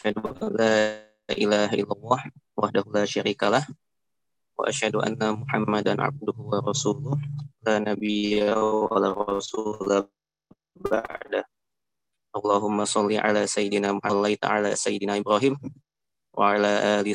أشهد أن لا إله إلا الله وحده لا شريك له وأشهد أن محمدا عبده ورسوله لا نبي ولا رسول بعده. اللهم صل على سيدنا محمد على سيدنا إبراهيم وعلى آل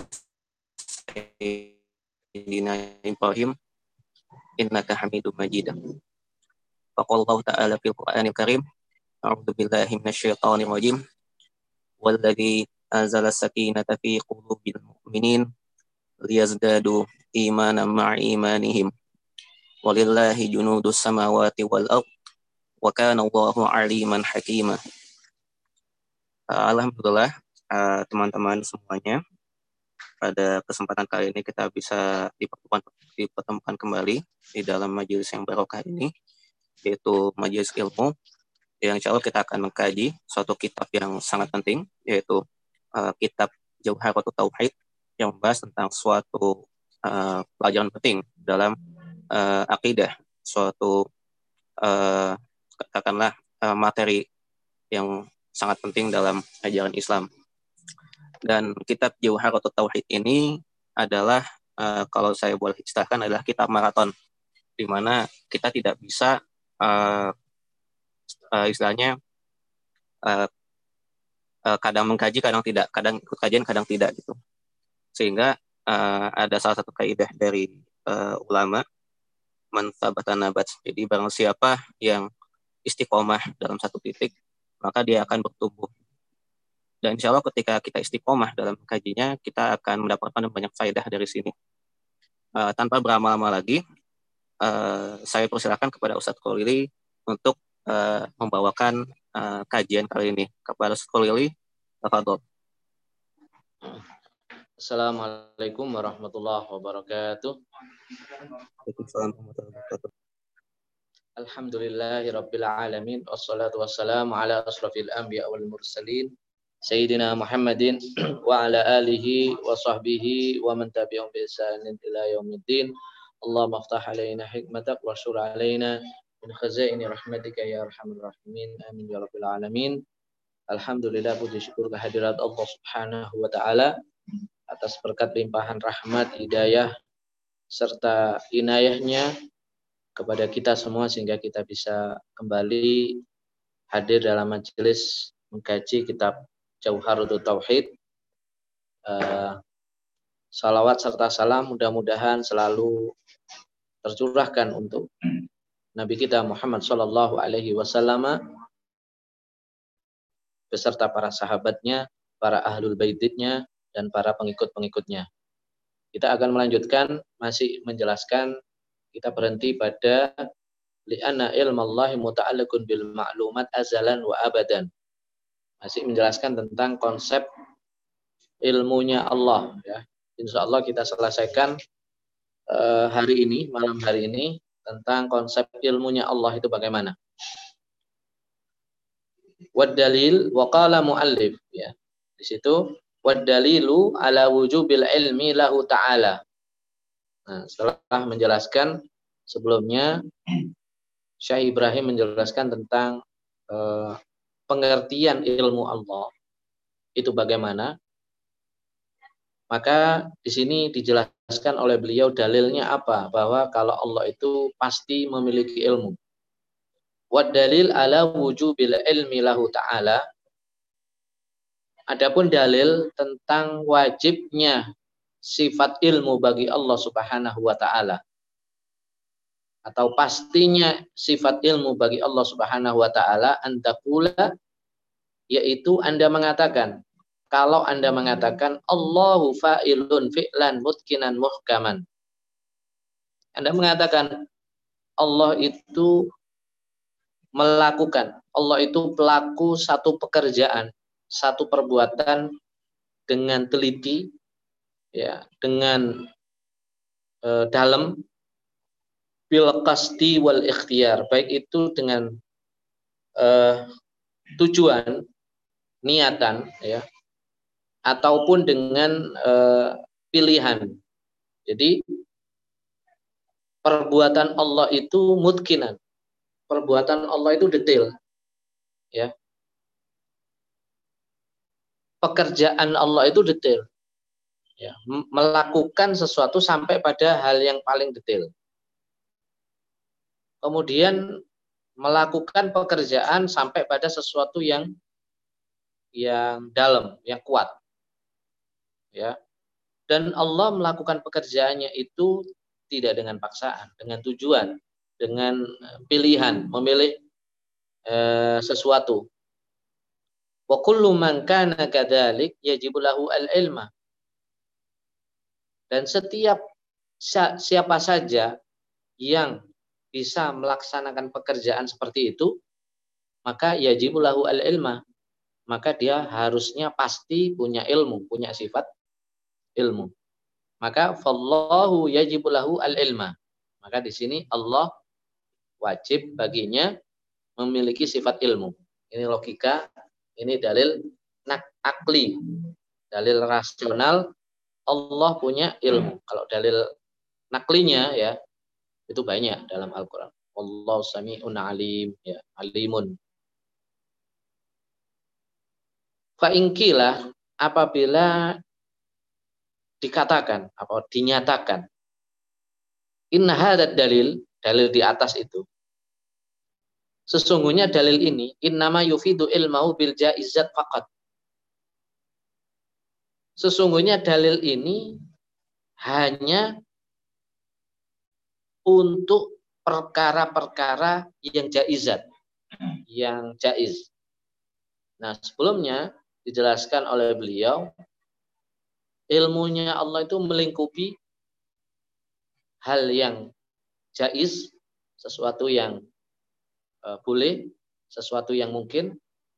سيدنا إبراهيم إنك حميد مجيد. فقال الله تعالى في القرآن الكريم: أعوذ بالله من الشيطان الرجيم والذي أنزل السكينة في قلوب المؤمنين ليزدادوا إيمانا مع إيمانهم ولله جنود السماوات والأرض وكان الله عليما حكيما. Alhamdulillah, teman-teman semuanya, pada kesempatan kali ini kita bisa dipertemukan kembali di dalam majelis yang barokah ini, yaitu majelis ilmu, yang insya Allah kita akan mengkaji suatu kitab yang sangat penting, yaitu kitab Jawharatul Tauhid, yang membahas tentang suatu pelajaran penting dalam akidah, suatu katakanlah materi yang sangat penting dalam ajaran Islam. Dan kitab Jawharatul Tauhid ini adalah kalau saya boleh istilahkan adalah kitab maraton, di mana kita tidak bisa istilahnya kadang mengkaji, kadang tidak, kadang ikut kajian, kadang tidak gitu. Sehingga ada salah satu kaidah dari ulama, man thabata nabat. Jadi barang siapa yang istiqomah dalam satu titik, maka dia akan bertumbuh. Dan insya Allah ketika kita istiqomah dalam kajinya, kita akan mendapatkan banyak faedah dari sini. Tanpa berlama-lama lagi, saya persilakan kepada Ustadz Kholili untuk membawakan kajian kali ini. Kepada Ustadz Kholili, tafadhol. Assalamualaikum warahmatullahi wabarakatuh. Waalaikumsalam warahmatullahi wabarakatuh. Alhamdulillahirabbil alamin wassalatu wassalamu ala asrofil anbiya wal mursalin sayyidina Muhammadin wa ala alihi wa sahbihi wa man tabi'ahum bi ihsanin ila yaumiddin. Allahumma iftah alaina hikmatak wa syur alaina min khazaini rahmatika ya arhamar rahimin. Amin ya rabbil alamin. Alhamdulillah, puji syukur kehadirat Allah Subhanahu wa taala atas berkat limpahan rahmat, hidayah serta inayahnya kepada kita semua sehingga kita bisa kembali hadir dalam majelis mengkaji kitab Jawharatul Tauhid. Salawat serta salam mudah-mudahan selalu tercurahkan untuk Nabi kita Muhammad sallallahu alaihi wasallam beserta para sahabatnya, para ahlul baitnya dan para pengikut-pengikutnya. Kita akan melanjutkan, masih menjelaskan. Kita berhenti pada li'anna ilmallahi muta'alliqun bil ma'lumat azalan wa abadan. Masih menjelaskan tentang konsep ilmunya Allah, ya. Insyaallah kita selesaikan hari ini, malam hari ini, tentang konsep ilmunya Allah itu bagaimana. Wad dalil wa qala muallif, ya. Di situ wad dalilu ala wujubil ilmi lahu ta'ala. Nah, setelah menjelaskan sebelumnya, Syekh Ibrahim menjelaskan tentang pengertian ilmu Allah itu bagaimana. Maka di sini dijelaskan oleh beliau dalilnya apa, bahwa kalau Allah itu pasti memiliki ilmu. Wad dalil ala wujubil ilmi lahu ta'ala. Adapun dalil tentang wajibnya sifat ilmu bagi Allah Subhanahu wa taala, atau pastinya sifat ilmu bagi Allah Subhanahu wa taala, antaqula, yaitu Anda mengatakan, kalau Anda mengatakan Allahu fa'ilun fi'lan mutkinan muhkaman, Anda mengatakan Allah itu melakukan, Allah itu pelaku satu pekerjaan, satu perbuatan dengan teliti, ya, dengan dalam, bil qasdi wal ikhtiyar, baik itu dengan tujuan, niatan, ya, ataupun dengan pilihan. Jadi perbuatan Allah itu mutkinan, perbuatan Allah itu detail, ya. pekerjaan Allah itu detail. Ya, melakukan sesuatu sampai pada hal yang paling detail. Kemudian melakukan pekerjaan sampai pada sesuatu yang dalam, yang kuat. Ya. Dan Allah melakukan pekerjaannya itu tidak dengan paksaan, dengan tujuan, dengan pilihan, memilih sesuatu. Wa kullu man kana kadzalik yajibu lahu al-ilma. Dan setiap siapa saja yang bisa melaksanakan pekerjaan seperti itu, maka yajibu lahu al-ilma. Maka dia harusnya pasti punya ilmu, punya sifat ilmu. Maka fallahu yajibu lahu al-ilma. Maka di sini Allah wajib baginya memiliki sifat ilmu. Ini logika, ini dalil akli, dalil rasional. Allah punya ilmu. Kalau dalil naklinya ya itu banyak dalam Al-Qur'an. Allahu sami'un alim, ya, alimun. Fa inkilah, apabila dikatakan atau dinyatakan inna hadzal dalil di atas itu, sesungguhnya dalil ini innama yufidu ilmahu bil jaizat faqat. Sesungguhnya dalil ini hanya untuk perkara-perkara yang jaizat, yang jaiz. Nah, sebelumnya dijelaskan oleh beliau, ilmunya Allah itu melingkupi hal yang jaiz, sesuatu yang boleh, sesuatu yang mungkin,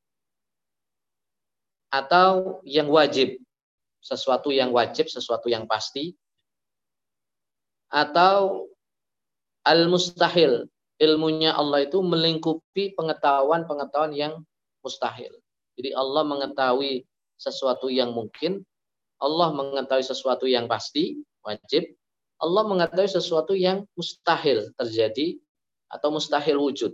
atau yang wajib, sesuatu yang wajib, sesuatu yang pasti, atau al-mustahil, ilmunya Allah itu melingkupi pengetahuan-pengetahuan yang mustahil. Jadi Allah mengetahui sesuatu yang mungkin, Allah mengetahui sesuatu yang pasti, wajib, Allah mengetahui sesuatu yang mustahil terjadi atau mustahil wujud.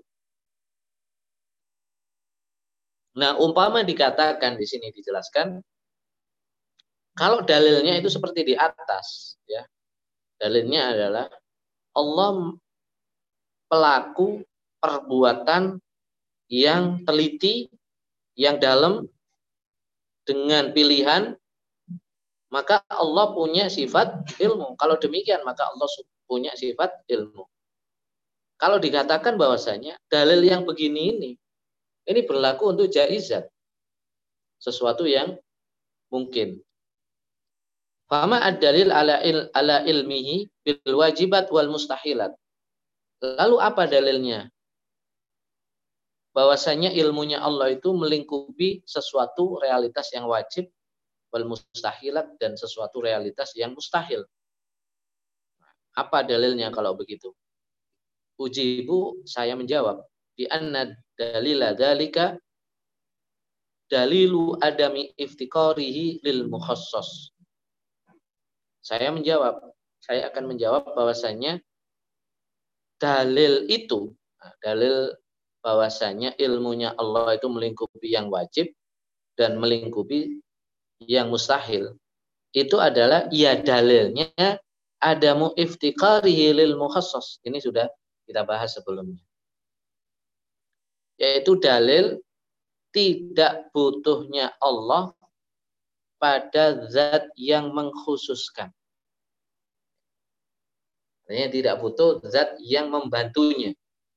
Nah, umpama dikatakan di sini dijelaskan, kalau dalilnya itu seperti di atas, ya, dalilnya adalah Allah pelaku perbuatan yang teliti, yang dalam, dengan pilihan, maka Allah punya sifat ilmu. Kalau demikian, maka Allah punya sifat ilmu. Kalau dikatakan bahwasanya dalil yang begini ini berlaku untuk jaizat, sesuatu yang mungkin. Fama ad-dalil ala ilmihi bil wajibat wal mustahilat. Lalu apa dalilnya? Bahwasanya ilmunya Allah itu melingkupi sesuatu realitas yang wajib wal mustahilat dan sesuatu realitas yang mustahil. Apa dalilnya kalau begitu? Ujibu, saya menjawab, bi anna dalila dzalika dalilu adami iftiqarihi lil mukhassas. Saya akan menjawab bahwasanya dalil itu, dalil bahwasanya ilmunya Allah itu melingkupi yang wajib dan melingkupi yang mustahil, itu adalah ya dalilnya adamu iftiqarihi lil mukhassas. Ini sudah kita bahas sebelumnya. Yaitu dalil tidak butuhnya Allah pada zat yang mengkhususkan. Artinya tidak butuh zat yang membantunya.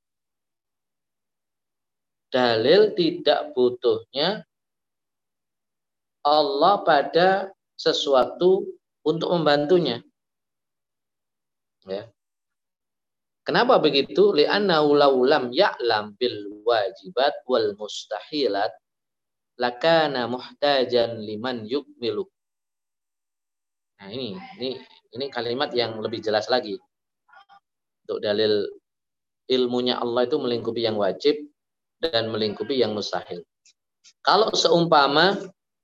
Dalil tidak butuhnya Allah pada sesuatu untuk membantunya. Ya. Kenapa begitu? Li'annahu law lam ya'lam bil wajibat wal mustahilat lakana muhtajan liman yukmilu. Nah, ini kalimat yang lebih jelas lagi. Untuk dalil ilmunya Allah itu melingkupi yang wajib dan melingkupi yang mustahil. Kalau seumpama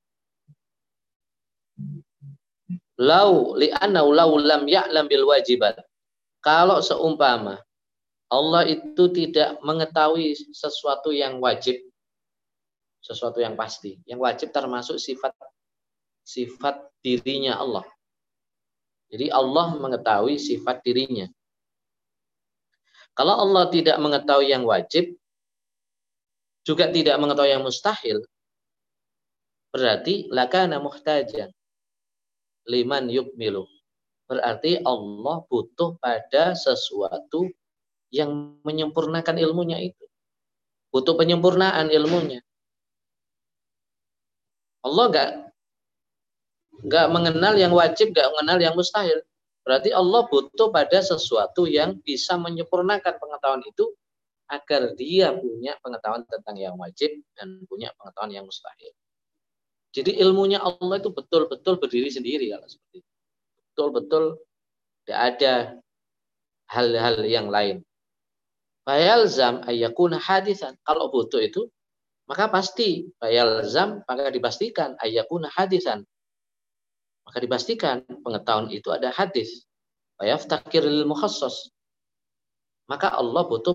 li'annahu law lam ya'lam bil wajibat. Kalau seumpama Allah itu tidak mengetahui sesuatu yang wajib, sesuatu yang pasti. Yang wajib termasuk sifat sifat dirinya Allah. Jadi Allah mengetahui sifat dirinya. Kalau Allah tidak mengetahui yang wajib, juga tidak mengetahui yang mustahil, berarti lakana muhtajan liman yukmilu. Berarti Allah butuh pada sesuatu yang menyempurnakan ilmunya itu. Butuh penyempurnaan ilmunya. Allah nggak mengenal yang wajib, nggak mengenal yang mustahil. Berarti Allah butuh pada sesuatu yang bisa menyempurnakan pengetahuan itu agar dia punya pengetahuan tentang yang wajib dan punya pengetahuan yang mustahil. Jadi ilmunya Allah itu betul-betul berdiri sendiri kalau seperti itu. Betul-betul tidak ada hal-hal yang lain. Fayalzam ayyakuna hadisan. Kalau butuh itu, maka pasti fayalzam, maka dipastikan ayyakuna hadisan. Maka dipastikan pengetahuan itu ada hadis. Fayaftakir lil mukhassas. Maka Allah butuh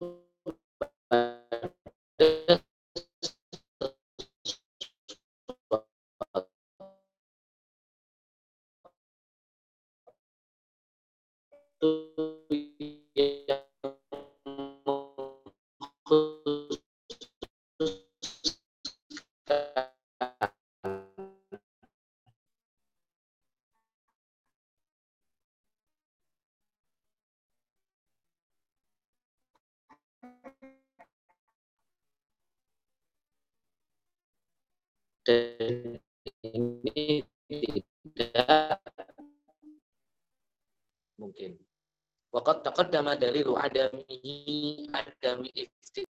dan ini tidak mungkin. Waqad taqaddama dalilu adami ifti.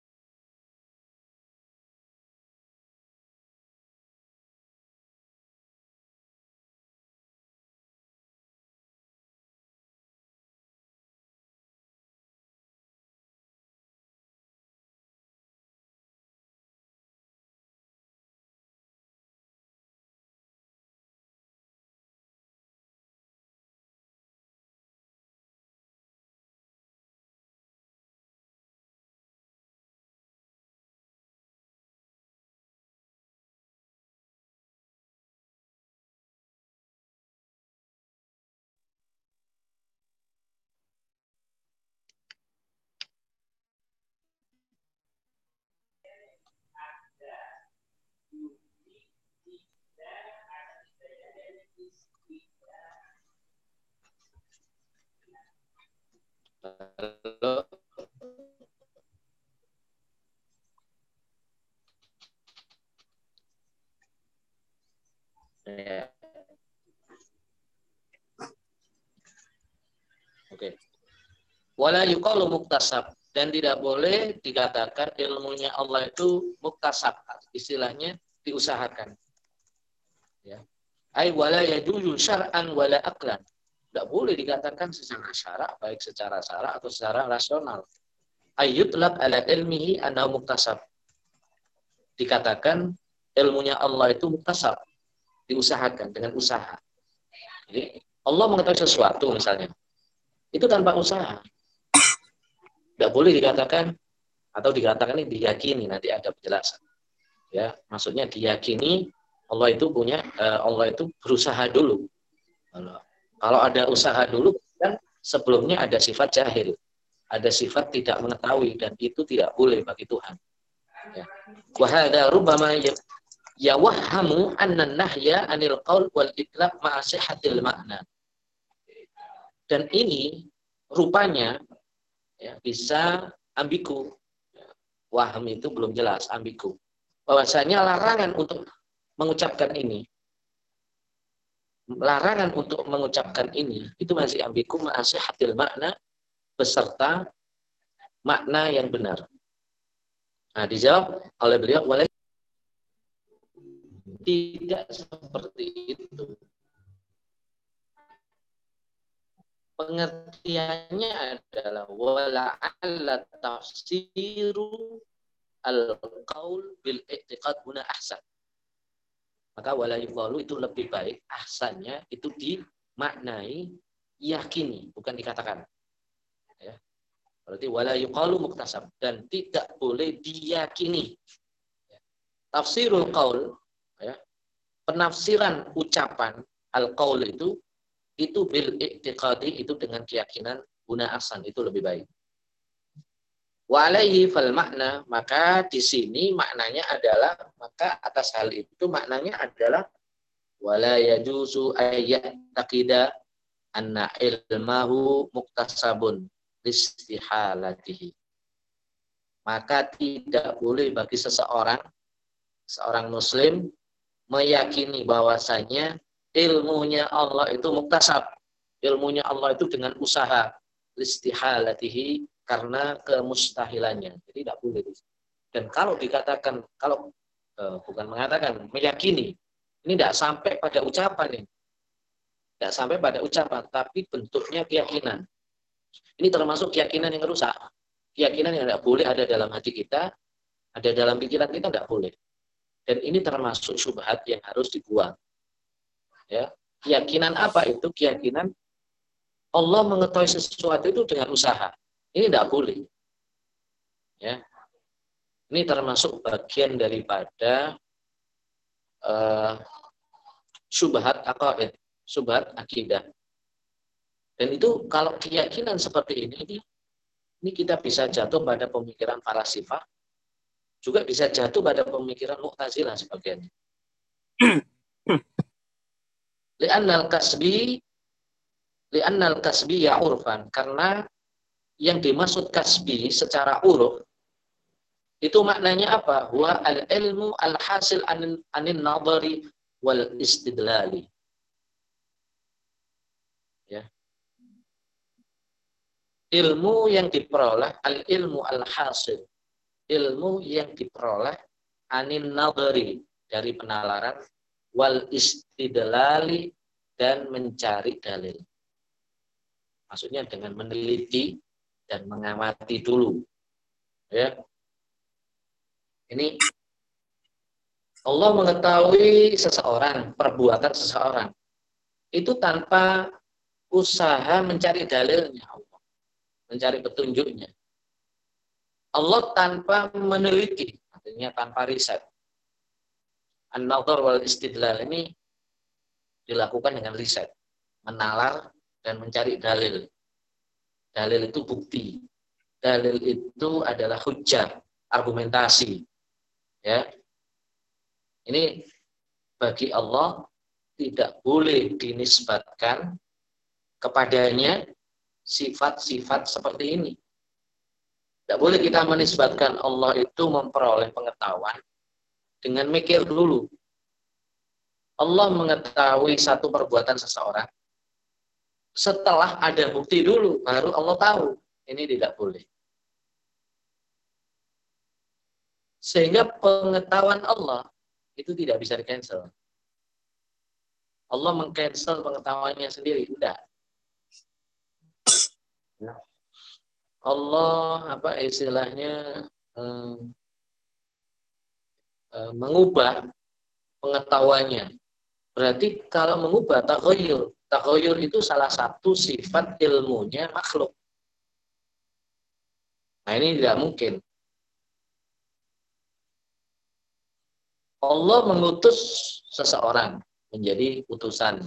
Ya. Oke. Wala yuqalu muktasab, dan tidak boleh dikatakan ilmunya Allah itu muktasab, istilahnya diusahakan. Ya. Ai wala yajuzu syar'an wala aqlan. Tidak boleh dikatakan secara syarak, baik secara syarak atau secara rasional. Ayyutlaq ala ilmihi annahu muktasab. Dikatakan ilmunya Allah itu muktasab, diusahakan dengan usaha. Jadi Allah mengetahui sesuatu misalnya, itu tanpa usaha. Tidak boleh dikatakan atau dikatakan ini diyakini, nanti ada penjelasan. Ya, maksudnya diyakini Allah itu Allah itu berusaha dulu. Kalau ada usaha dulu kan sebelumnya ada sifat jahil, ada sifat tidak mengetahui, dan itu tidak boleh bagi Tuhan. Ya. Wa hadza rubbama yawahhamu anna nahya anil qaul wal itlaq ma'a sihhatil ma'na. Dan ini rupanya ya, bisa ambigu. Waham itu belum jelas, ambigu. Bahwasanya larangan untuk mengucapkan ini, larangan untuk mengucapkan ini itu masih ambigu ma'a sihhatil ma'na, beserta makna yang benar. Nah, dijawab oleh beliau, tidak seperti itu. Pengertiannya adalah wala'alla tafsiru al-qaul bil i'tiqad guna ahsan. Maka wala yuqalu itu lebih baik, ahsannya itu dimaknai yakini, bukan dikatakan. Ya. Berarti wala yuqalu muktasab, dan tidak boleh diyakini. Tafsirul qaul, ya, penafsiran ucapan al-qaul itu bil i'tiqadi, itu dengan keyakinan guna aksan, itu lebih baik. Wa alaihi fal makna, maka di sini maknanya adalah, maka atas hal itu maknanya adalah wala yajuzu ayyat taqida anna ilmahu muktasabun listihalatihi. Maka tidak boleh bagi seorang muslim meyakini bahwasanya ilmunya Allah itu muktasab. Ilmunya Allah itu dengan usaha, listihalatihi, karena kemustahilannya. Jadi tidak boleh. Dan kalau dikatakan, bukan mengatakan, meyakini, ini tidak sampai pada ucapan ini. Tidak sampai pada ucapan, tapi bentuknya keyakinan. Ini termasuk keyakinan yang rusak. Keyakinan yang tidak boleh ada dalam hati kita, ada dalam pikiran kita, tidak boleh. Dan ini termasuk syubhat yang harus dibuang. Ya. Keyakinan apa itu? Keyakinan Allah mengetahui sesuatu itu dengan usaha. Ini tidak boleh. Ya. Ini termasuk bagian daripada syubhat aqaid, syubhat akidah. Dan itu kalau keyakinan seperti ini kita bisa jatuh pada pemikiran falasifah, juga bisa jatuh pada pemikiran Mu'tazilah sebagiannya. Li'annal kasbi ya urfan, karena yang dimaksud kasbi secara uruf itu maknanya apa? Wa al-ilmu al-hasil anin nadhari wal istidlali. Ya. Ilmu yang diperoleh, al-ilmu al-hasil, ilmu yang diperoleh anin nadhari, dari penalaran, wal istidlali, dan mencari dalil. Maksudnya dengan meneliti dan mengamati dulu. Ya. Ini Allah mengetahui seseorang, perbuatan seseorang itu tanpa usaha mencari dalilnya Allah, mencari petunjuknya. Allah tanpa meneliti, artinya tanpa riset. An-nadhar wal istidlal ini dilakukan dengan riset, menalar dan mencari dalil. Dalil itu bukti. Dalil itu adalah hujjah, argumentasi. Ya. Ini bagi Allah tidak boleh dinisbatkan kepadanya sifat-sifat seperti ini. Tidak boleh kita menisbatkan Allah itu memperoleh pengetahuan dengan mikir dulu. Allah mengetahui satu perbuatan seseorang setelah ada bukti dulu, baru Allah tahu. Ini tidak boleh. Sehingga pengetahuan Allah itu tidak bisa di-cancel. Allah meng-cancel pengetahuannya sendiri, tidak. Allah apa istilahnya mengubah pengetahuannya. Berarti kalau mengubah taghayyur, taghayyur itu salah satu sifat ilmunya makhluk. Nah, ini tidak mungkin. Allah mengutus seseorang menjadi utusan.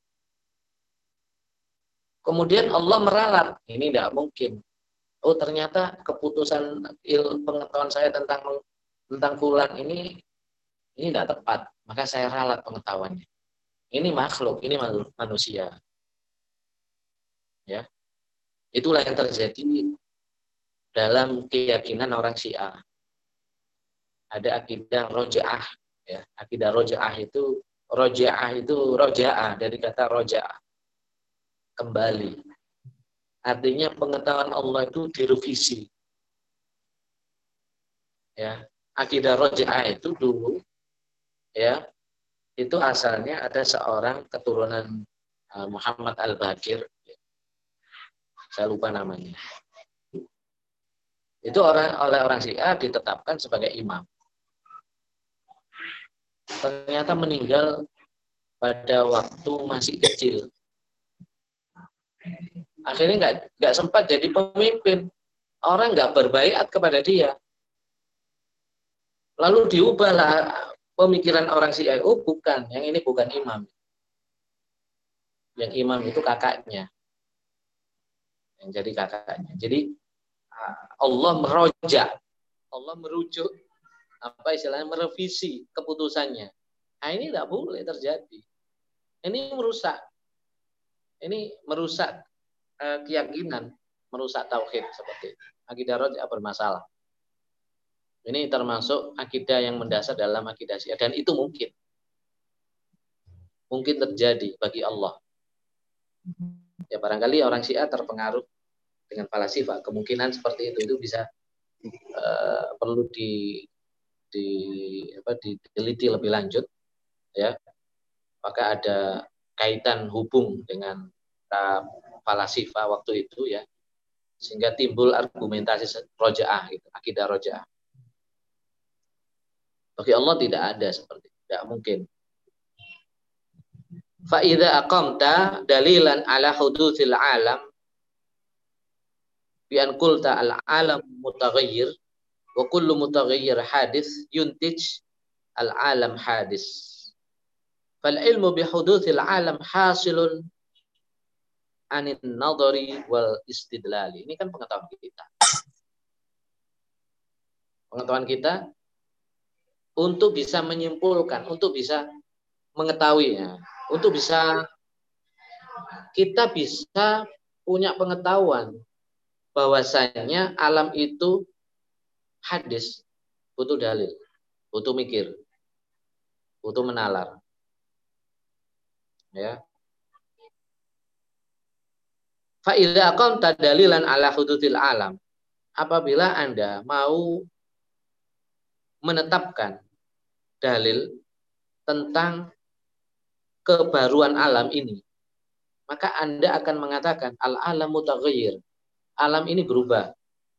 Kemudian Allah meralat. Ini tidak mungkin. Oh, ternyata keputusan pengetahuan saya tentang fulan ini tidak tepat. Maka saya ralat pengetahuannya. Ini makhluk, ini manusia. Ya. Itulah yang terjadi dalam keyakinan orang Syiah. Ada akidah roja'ah. Ya. Akidah roja'ah itu roja'ah dari kata roja'ah. Kembali. Artinya pengetahuan Allah itu direvisi. Ya. Akidah roja'ah itu dulu, ya, itu asalnya ada seorang keturunan Muhammad Al-Baqir. Saya lupa namanya. Itu oleh orang Syiah ditetapkan sebagai imam. Ternyata meninggal pada waktu masih kecil. Akhirnya nggak sempat jadi pemimpin. Orang nggak berbaiat kepada dia. Lalu diubahlah pemikiran orang Syiah, oh bukan, yang ini bukan imam. Yang imam itu kakaknya. Yang jadi kakaknya. Jadi Allah Allah merujuk, apa istilahnya, merevisi keputusannya. Nah, ini tidak boleh terjadi. Ini merusak keyakinan, merusak tauhid seperti itu. Akidah Raji'ah bermasalah. Ini termasuk akidah yang mendasar dalam akidah Syiah, dan itu mungkin terjadi bagi Allah. Ya barangkali orang Syiah terpengaruh dengan falasifah, kemungkinan seperti itu bisa perlu diteliti lebih lanjut, ya. Apakah ada kaitan hubung dengan falasifah waktu itu, ya, sehingga timbul argumentasi rojaah, gitu, akidah rojaah. Bagi Allah tidak ada seperti itu, tidak mungkin. Fa idza aqamta dalilan ala hudutsil alam bi an qulta al alam mutaghayyir wa kullu mutaghayyir hadis yuntij al alam hadis. Fal ilmu bi hudutsil alam hasilun anin nadhari wal istidlali. Ini kan pengetahuan kita. Pengetahuan kita untuk bisa menyimpulkan, untuk bisa mengetahuinya, untuk kita bisa punya pengetahuan bahwasanya alam itu hadis, butuh dalil, butuh mikir, butuh menalar. Ya. Fa idza aqamta dalilan ala hududil alam. Apabila Anda mau menetapkan dalil tentang kebaruan alam ini, maka Anda akan mengatakan al-alam mutaghayyir. Alam ini berubah.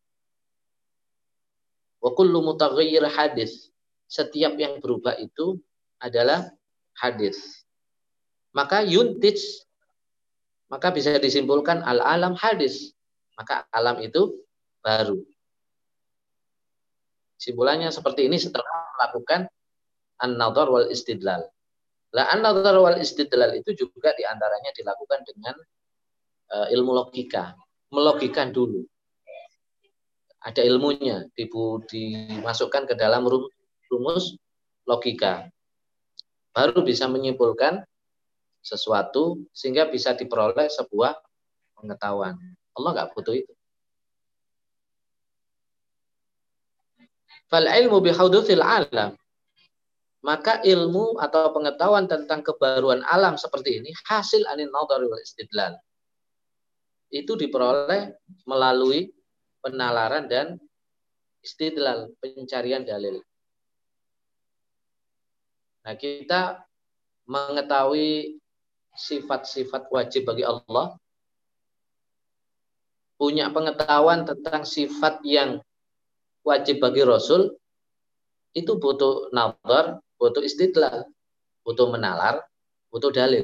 Wa kullu mutaghayyir hadis. Setiap yang berubah itu adalah hadis. Maka yuntij, maka bisa disimpulkan al-alam hadis. Maka alam itu baru. Simpulannya seperti ini setelah melakukan an-nadhar wal istidlal. Lah an-nadhar wal istidlal itu juga diantaranya dilakukan dengan ilmu logika. Melogikan dulu. Ada ilmunya, dimasukkan ke dalam rumus logika. Baru bisa menyimpulkan sesuatu sehingga bisa diperoleh sebuah pengetahuan. Allah nggak butuh itu. Fal ilmu bihudutsil alam. Maka ilmu atau pengetahuan tentang kebaruan alam seperti ini hasil anin nadhar wal istidlal. Itu diperoleh melalui penalaran dan istidlal, pencarian dalil. Nah, kita mengetahui sifat-sifat wajib bagi Allah, punya pengetahuan tentang sifat yang wajib bagi Rasul, itu butuh nazar, butuh istidlal, butuh menalar, butuh dalil.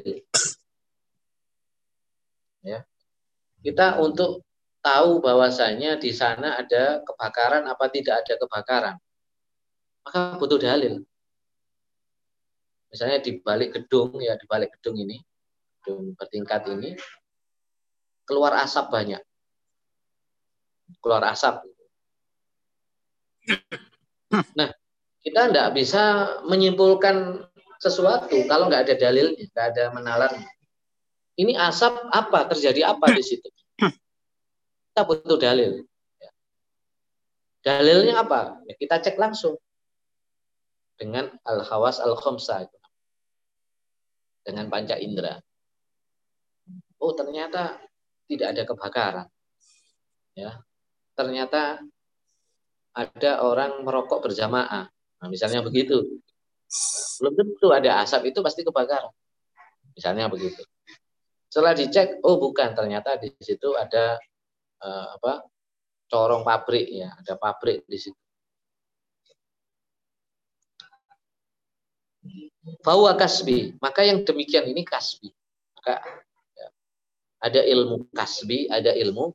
Ya. Kita untuk tahu bahwasanya di sana ada kebakaran apa tidak ada kebakaran, maka butuh dalil. Misalnya di balik gedung, ya, di balik gedung ini, gedung bertingkat ini, keluar asap banyak. Keluar asap. Nah, kita tidak bisa menyimpulkan sesuatu kalau nggak ada dalilnya, nggak ada menalarnya. Ini asap apa? Terjadi apa di situ? Kita butuh dalil. Dalilnya apa? Ya, kita cek langsung dengan al-hawas al-khamsah, dengan panca indera. Oh, ternyata tidak ada kebakaran. Ya, ternyata ada orang merokok berjamaah. Nah, misalnya begitu. Belum tentu ada asap itu pasti kebakaran. Misalnya begitu. Setelah dicek, oh bukan, ternyata di situ ada corong pabrik, ya, ada pabrik di situ. Fahuwa kasbi, maka yang demikian ini kasbi. Maka ya, ada ilmu kasbi, ada ilmu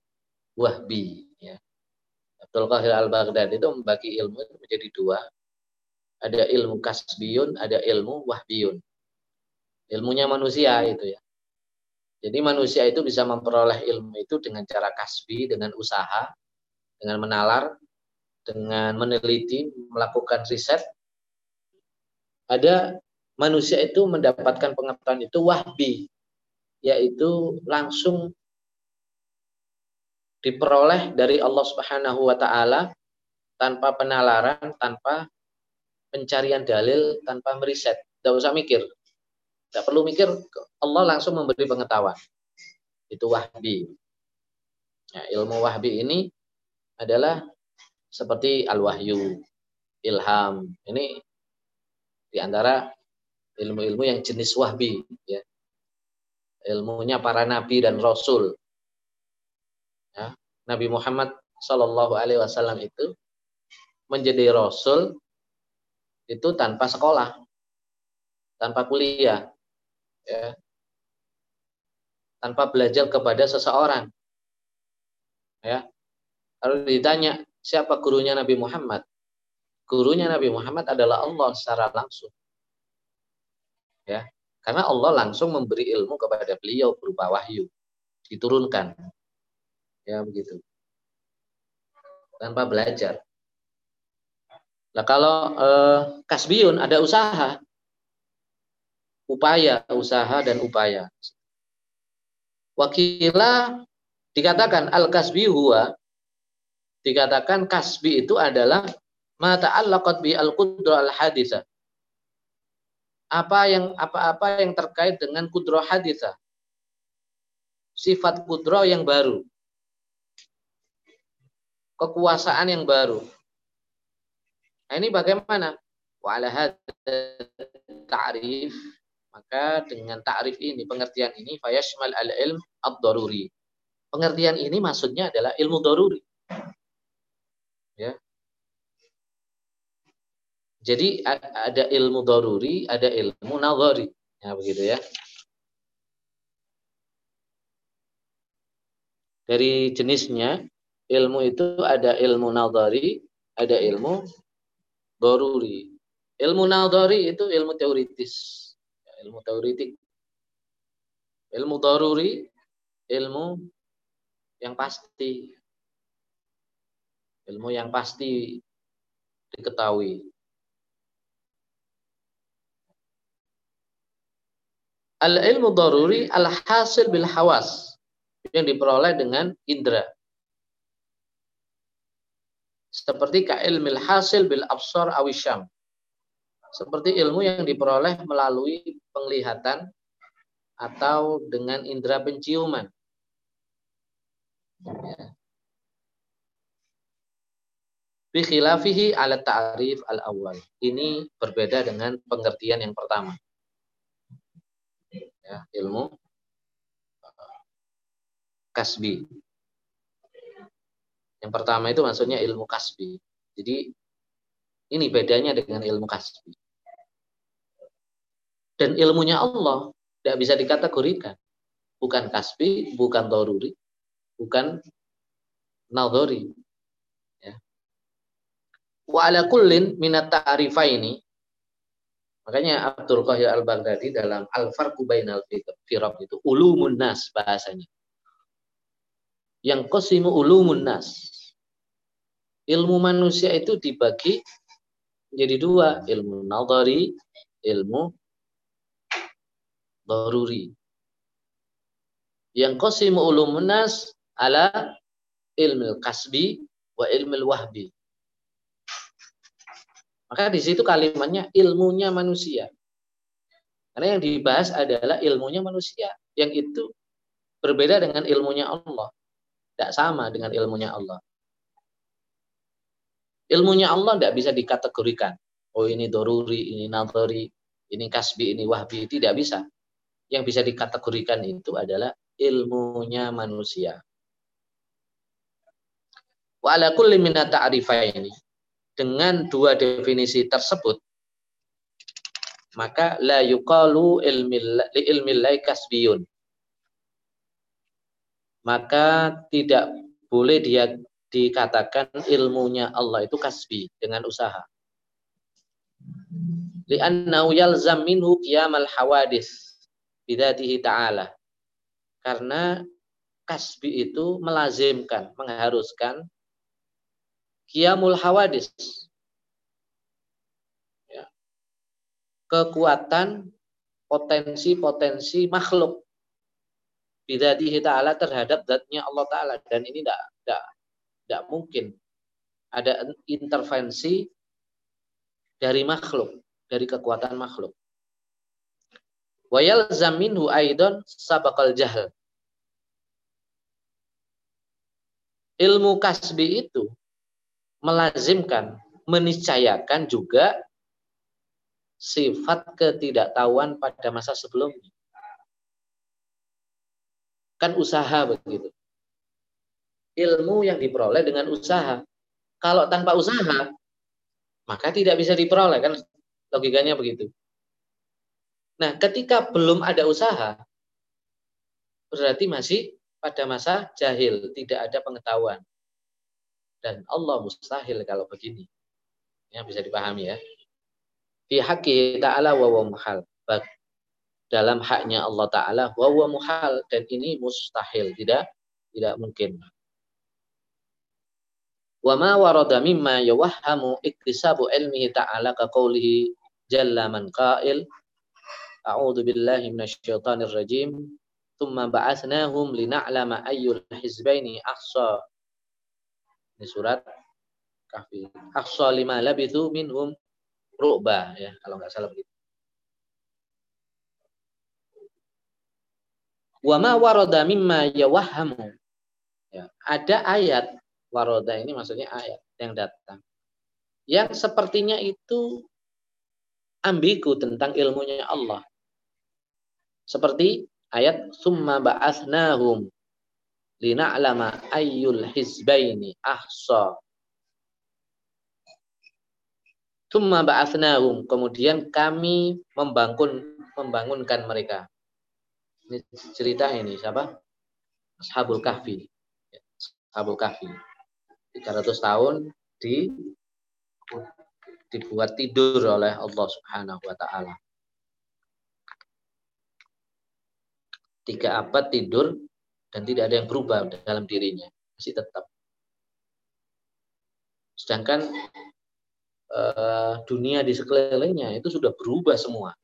wahbi. Ya. Abdul Qahir al-Baghdadi itu membagi ilmu itu menjadi dua. Ada ilmu kasbiyun, ada ilmu wahbiyun. Ilmunya manusia itu ya. Jadi manusia itu bisa memperoleh ilmu itu dengan cara kasbi, dengan usaha, dengan menalar, dengan meneliti, melakukan riset. Ada manusia itu mendapatkan pengetahuan itu wahbi, yaitu langsung diperoleh dari Allah Subhanahu wa taala tanpa penalaran, tanpa pencarian dalil, tanpa meriset. Tidak usah mikir. Tidak perlu mikir, Allah langsung memberi pengetahuan. Itu wahbi. Ya, ilmu wahbi ini adalah seperti al-wahyu, ilham. Ini diantara ilmu-ilmu yang jenis wahbi. Ya. Ilmunya para nabi dan rasul. Ya. Nabi Muhammad Shallallahu Alaihi Wasallam itu menjadi rasul itu tanpa sekolah, tanpa kuliah, ya. Tanpa belajar kepada seseorang. Ya. Kalau ditanya siapa gurunya Nabi Muhammad, gurunya Nabi Muhammad adalah Allah secara langsung. Ya. Karena Allah langsung memberi ilmu kepada beliau berupa wahyu, diturunkan. Ya begitu. Tanpa belajar. Nah kalau kasbiyun ada usaha, upaya, usaha dan upaya. Wakila dikatakan al-kasbi huwa, dikatakan kasbi itu adalah ma ta'allaqat bi al-qudrah al-haditsah. Apa-apa yang terkait dengan kudrah haditsah. Sifat kudrah yang baru. Kekuasaan yang baru. Nah, ini bagaimana? Wa ala ta'rif, maka dengan ta'rif ini, pengertian ini fayashmal al-ilm ad-daruri. Pengertian ini maksudnya adalah ilmu daruri. Ya. Jadi ada ilmu daruri, ada ilmu nadhari. Ya begitu ya. Dari jenisnya ilmu itu ada ilmu nadhari, ada ilmu daruri. Ilmu nadhari itu ilmu teoritis, ilmu teoritik. Ilmu daruri ilmu yang pasti. Ilmu yang pasti diketahui. Al-ilmu daruri al-hasil bil hawas, yang diperoleh dengan indera. Seperti ka'ilmil hasil bil absar awisyam. Seperti ilmu yang diperoleh melalui penglihatan atau dengan indera penciuman. Bi khilafihi ala ta'rif al-awwal. Ini berbeda dengan pengertian yang pertama. Ya, ilmu kasbi. Yang pertama itu maksudnya ilmu kasbi. Jadi ini bedanya dengan ilmu kasbi. Dan ilmunya Allah tidak bisa dikategorikan. Bukan kasbi, bukan daruri, bukan nadhari. Ya. Wa ala kullin minat ta'rifaini. Makanya Abdul Qahir Al-Baghdadi dalam Al-Farqu Bainal Firaq itu ulumun nas bahasanya. Yang qasimu ulumun nas. Ilmu manusia itu dibagi menjadi dua, ilmu nadhari, ilmu daruri. Yang qasimu ulumun nas ala ilmu kasbi wa ilmu wahbi. Maka di situ kalimatnya ilmunya manusia. Karena yang dibahas adalah ilmunya manusia. Yang itu berbeda dengan ilmunya Allah. Tidak sama dengan ilmunya Allah. Ilmunya Allah tidak bisa dikategorikan. Oh ini doruri, ini nadhari, ini kasbi, ini wahbi. Tidak bisa. Yang bisa dikategorikan itu adalah ilmunya manusia. Wa ala kulli minat ta'rifaini. Dengan dua definisi tersebut, maka la yuqalu ilmillahi kasbiyun. Maka tidak boleh dia dikatakan ilmunya Allah itu kasbi dengan usaha. Li'annahu yalzam minhu qiyamal hawadis bidzatihi ta'ala. Karena kasbi itu melazimkan, mengharuskan qiyamul hawadis. Ya. Kekuatan potensi-potensi makhluk bidzatihi ta'ala terhadap zatnya Allah Ta'ala. Dan ini tidak mungkin ada intervensi dari makhluk, dari kekuatan makhluk. Wa yalzam minhu aidan sabaqal jahl. Ilmu kasbi itu melazimkan, meniscayakan juga sifat ketidaktahuan pada masa sebelumnya. Kan usaha begitu. Ilmu yang diperoleh dengan usaha. Kalau tanpa usaha, maka tidak bisa diperoleh, kan logikanya begitu. Nah, ketika belum ada usaha, berarti masih pada masa jahil, tidak ada pengetahuan. Dan Allah mustahil kalau begini. Ya, bisa dipahami ya. Fi haqqi ta'ala wa huwa muhal. Dalam haknya Allah Ta'ala wa huwa muhal, dan ini mustahil, tidak mungkin. Wa ma warada mimma yawahhamu iktisabu ilmihi ta'ala ka qawlihi jalla man qa'il a'udzu billahi minasyaitonir rajim tsumma ba'atsnahum lina'lama ayyul hizbaini ahsa. Ini surat Kahfi. Ahsa lima labithu minhum ru'ba, ya kalau enggak salah begitu. Wa ma warada mimma yawahhamu. Ya, ada ayat warada, ini maksudnya ayat yang datang yang sepertinya itu ambigu tentang ilmunya Allah. Seperti ayat summa ba'atsnahum lina'lama ayyul hizbaini ahsa. Summa ba'atsnahum, kemudian kami membangunkan mereka. Ini cerita ini siapa? Ashabul Kahfi. Ashabul Kahfi. 300 tahun dibuat tidur oleh Allah Subhanahu wa taala. 3 abad tidur dan tidak ada yang berubah dalam dirinya, masih tetap. Sedangkan dunia di sekelilingnya itu sudah berubah semua.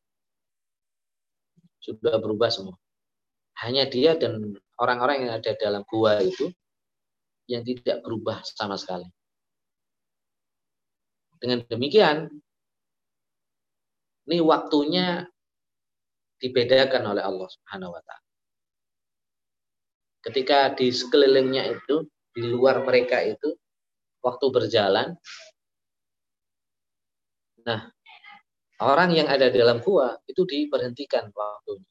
Sudah berubah semua. Hanya dia dan orang-orang yang ada dalam gua itu yang tidak berubah sama sekali. Dengan demikian, ini waktunya dibedakan oleh Allah Subhanahu wa taala. Ketika di sekelilingnya itu, di luar mereka itu, waktu berjalan, nah, orang yang ada dalam gua itu diberhentikan waktunya.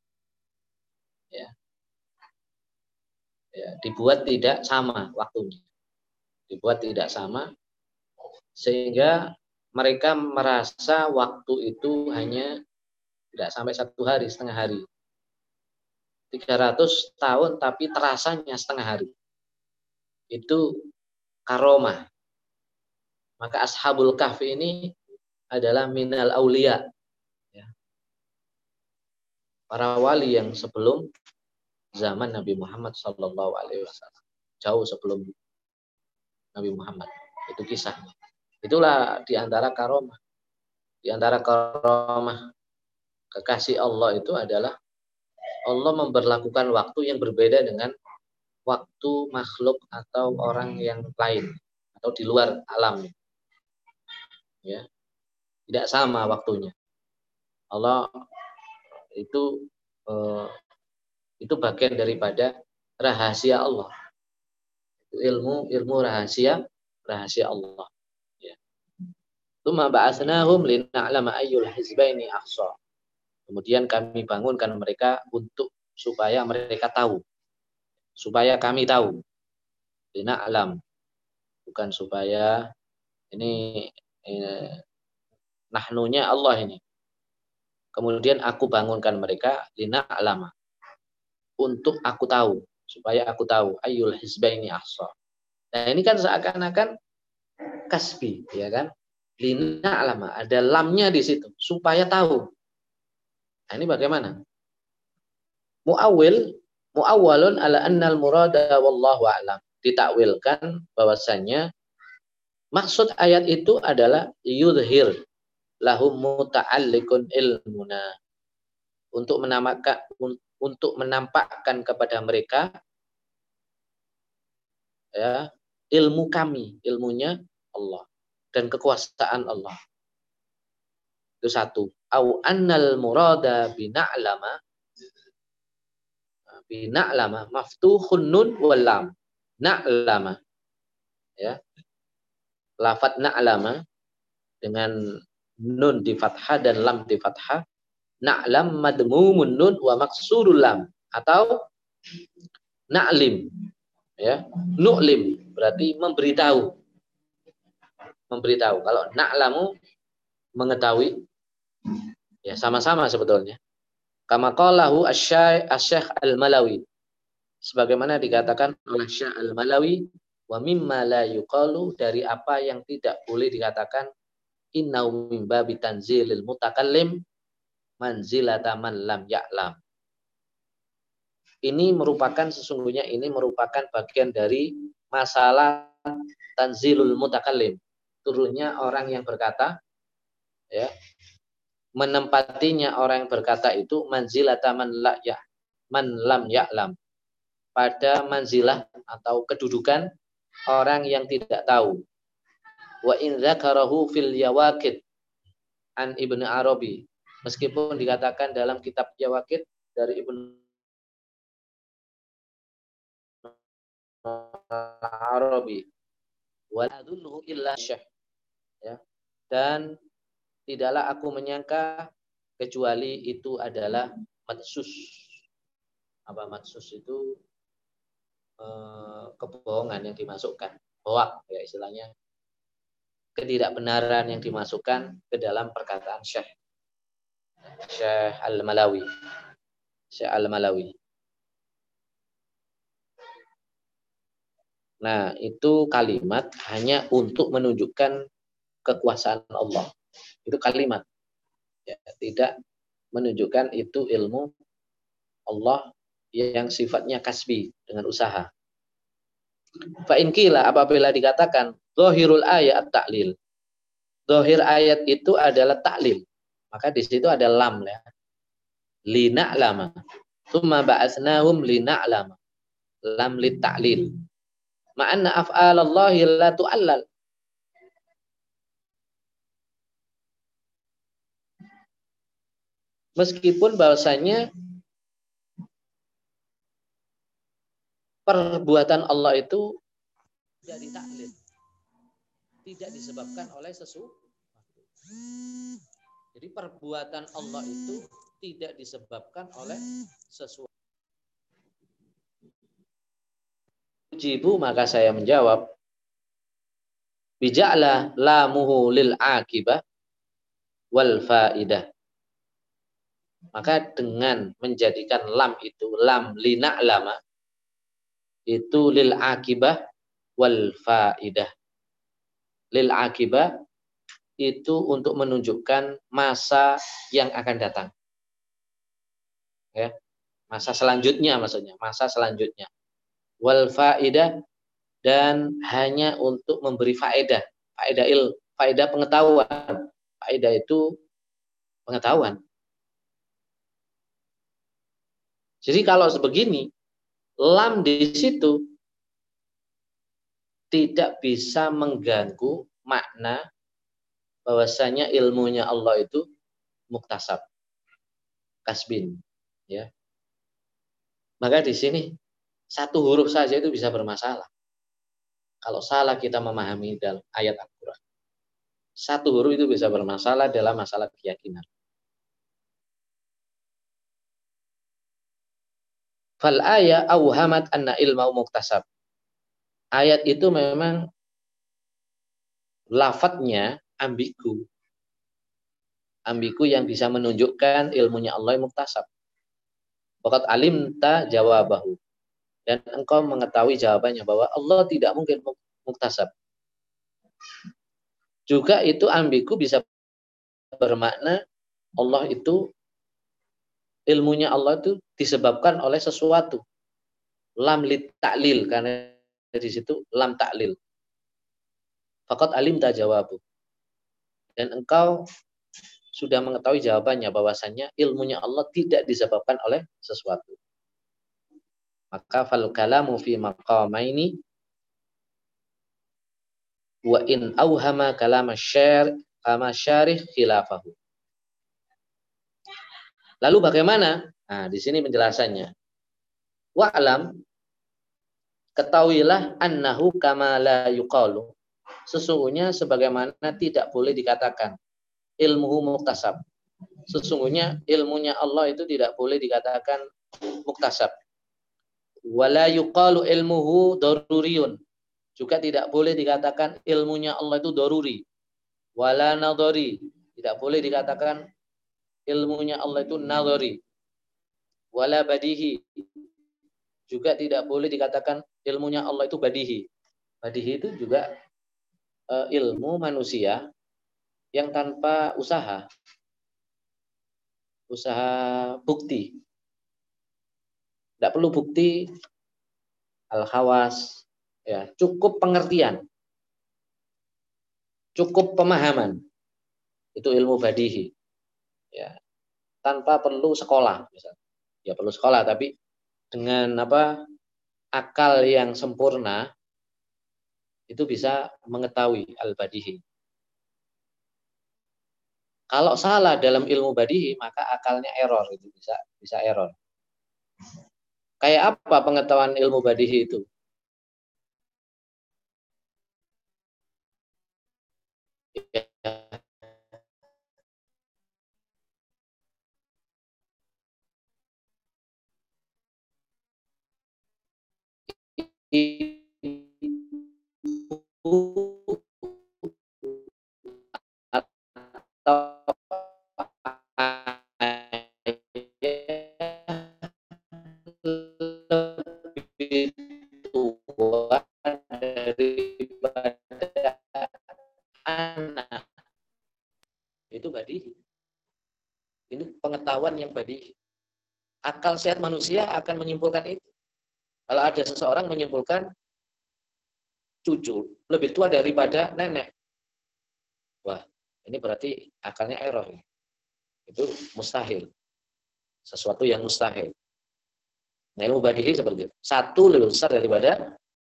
Ya, dibuat tidak sama waktunya. Dibuat tidak sama, sehingga mereka merasa waktu itu hanya tidak sampai 1 hari, setengah hari. 300 tahun tapi terasanya setengah hari. Itu karomah. Maka Ashabul Kahfi ini adalah minal aulia. Ya. Para wali yang sebelum zaman Nabi Muhammad SAW. Jauh sebelum Nabi Muhammad. Itu kisahnya. Itulah diantara karomah. Diantara karomah kekasih Allah itu adalah Allah memberlakukan waktu yang berbeda dengan waktu makhluk atau orang yang lain atau di luar alam. Ya, tidak sama waktunya. Allah itu bagian daripada rahasia Allah. Ilmu rahasia Allah. Ya. Tsumma ba'atsnahum lina'lama ayyul hizbaini ahsa. Kemudian kami bangunkan mereka supaya mereka tahu. Supaya kami tahu. Lina'lam. Bukan supaya ini nahnunya Allah ini. Kemudian aku bangunkan mereka lina'lama. Untuk aku tahu. Supaya aku tahu. Ayyul hizbaini ahsa. Nah ini kan seakan-akan kasbi. Ya kan? Lina'lama, ada lamnya di situ supaya tahu. Nah, ini bagaimana? Muawwalun ala annal murada wallahu a'lam. Ditakwilkan bahwasanya maksud ayat itu adalah yudhir lahum muta'alliqun ilmuna, untuk menampakkan kepada mereka ya ilmu kami, ilmunya Allah dan kekuasaan Allah. Itu satu. Au annal murada bina'lama maftuhun nun wal lam. Na'lama ya. Lafaz na'lama dengan nun di fathah dan lam di fathah. Na'lam madmumun nun wa maksurul lam, atau na'lim ya. Nu'lim berarti memberitahu. Memberitahu. Kalau na'lamu mengetahui, ya sama-sama sebetulnya. Kama qalahu asy-Syaikh Al-Malawi. Sebagaimana dikatakan oleh Syekh Al-Malawi, wa mimma la yuqalu, dari apa yang tidak boleh dikatakan, innahu min babi tanzilil mutakallim manzilata man lam ya'lam. Sesungguhnya ini merupakan bagian dari masalah tanzilul mutakallim, turunnya orang yang berkata, ya, menempatinya orang yang berkata itu manzilata man lam ya'lam, pada manzilah atau kedudukan orang yang tidak tahu. Wa in dzakarahu fil yawaqid an Ibnu Arabi, meskipun dikatakan dalam kitab Yawaqid dari Ibnu Arabi, wa adunnu illa syekh, ya, dan tidaklah aku menyangka kecuali itu adalah madsus. Apa madsus itu? Kebohongan yang dimasukkan, hoak ya istilahnya, ketidakbenaran yang dimasukkan ke dalam perkataan Syekh Al-Malawi. Syekh Al-Malawi. Nah, itu kalimat hanya untuk menunjukkan kekuasaan Allah. Itu kalimat. Ya, tidak menunjukkan itu ilmu Allah yang sifatnya kasbi, dengan usaha. Fa in qila, apabila dikatakan zahirul ayat at-ta'lil. Zahir ayat itu adalah ta'lil. Maka di situ ada lam ya. Lina'lama. Tsumma ba'atsnahum lina'lama. Lam lit ta'lil. Ma'anna af'alallahi la tu'allal. Meskipun bahwasanya perbuatan Allah itu tidak ditaklid, tidak disebabkan oleh sesuatu. Jadi perbuatan Allah itu tidak disebabkan oleh sesuatu. Jibu, maka saya menjawab, bija'la lamuhu lil akibah wal faidah. Maka dengan menjadikan lam itu lam lina'lama, itu lil akibah wal faidah. Lil akibah itu untuk menunjukkan masa yang akan datang. Ya, masa selanjutnya maksudnya, masa selanjutnya. Wal faidah, dan hanya untuk memberi faedah. Faedah pengetahuan. Faedah itu pengetahuan. Jadi kalau sebegini, lam di situ tidak bisa mengganggu makna bahwasanya ilmunya Allah itu muktasab, kasbin, ya. Maka di sini satu huruf saja itu bisa bermasalah. Kalau salah kita memahami dalam ayat Al-Quran, satu huruf itu bisa bermasalah dalam masalah keyakinan. Fal ayat awhamat anna ilmu muktasab. Ayat itu memang lafadznya ambigu. Ambigu yang bisa menunjukkan ilmunya Allah yang muktasab. Waqad alimta jawabahu. Dan engkau mengetahui jawabannya bahwa Allah tidak mungkin muktasab. Juga itu ambigu bisa bermakna Allah itu, ilmunya Allah itu disebabkan oleh sesuatu. Lam lit ta'lil, karena di situ lam ta'lil. Faqad alim tajawabu. Dan engkau sudah mengetahui jawabannya, bahwasannya ilmunya Allah tidak disebabkan oleh sesuatu. Maka fal kalamu fi maqamaini wa in auhama kalama syarih khilafahu. Lalu bagaimana? Nah, di sini penjelasannya. Wa'lam, ketahuilah annahu kama la yuqalu. Sesungguhnya sebagaimana tidak boleh dikatakan ilmuhu muktasab. Sesungguhnya ilmunya Allah itu tidak boleh dikatakan muktasab. Wala yuqalu ilmuhu daruriyun. Juga tidak boleh dikatakan ilmunya Allah itu daruri. Wala nadhari. Tidak boleh dikatakan ilmunya Allah itu nadhari. Wala badihi. Juga tidak boleh dikatakan ilmunya Allah itu badihi. Badihi itu juga ilmu manusia yang tanpa usaha bukti. Tidak perlu bukti, al-khawas, ya, cukup pengertian, cukup pemahaman. Itu ilmu badihi. Ya, tanpa perlu sekolah, misalnya. Ya perlu sekolah, tapi dengan akal yang sempurna itu bisa mengetahui al-badihi. Kalau salah dalam ilmu badihi, maka akalnya error, itu bisa error. Kayak apa pengetahuan ilmu badihi itu? Atau lebih tua daripada anak, itu badihi. Ini pengetahuan yang badihi. Akal sehat manusia akan menyimpulkan itu. Kalau ada seseorang menyimpulkan cucu lebih tua daripada nenek, wah, ini berarti akalnya error. Itu mustahil. Sesuatu yang mustahil. Nah, ilmu badihi seperti itu. Satu lebih besar daripada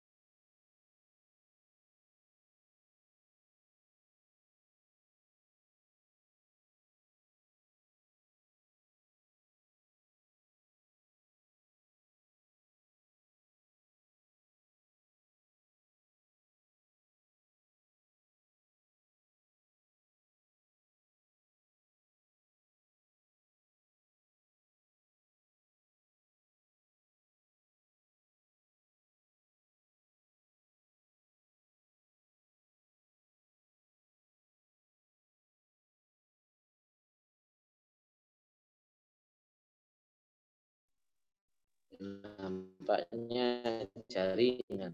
nampaknya jaringan.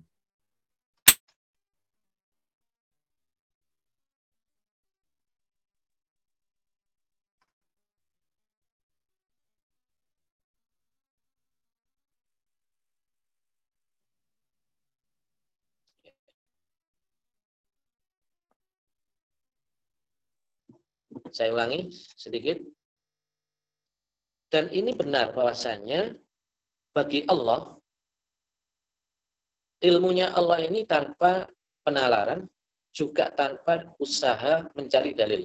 Saya ulangi sedikit. Dan ini benar bahwasannya bagi Allah, ilmunya Allah ini tanpa penalaran, juga tanpa usaha mencari dalil.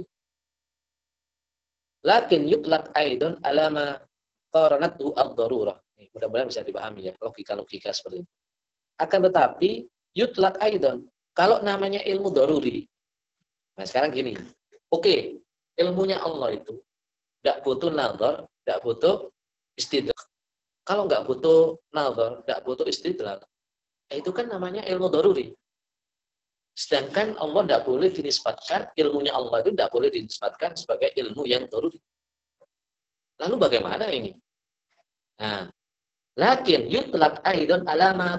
Lakin yutlaq aidon alama qaranatu ad-darurah. Mudah-mudahan bisa dipahami ya, logika-logika seperti itu. Akan tetapi yutlaq aidon, kalau namanya ilmu daruri. Nah, sekarang gini. Oke, ilmunya Allah itu enggak butuh nazar, enggak butuh istidlal. Kalau enggak butuh nazar, enggak butuh istidlal, itu kan namanya ilmu daruri. Sedangkan Allah tidak boleh dinisbatkan, ilmunya Allah itu tidak boleh dinisbatkan sebagai ilmu yang daruri. Lalu bagaimana ini? Nah, lakin yutlaq aidan ala ma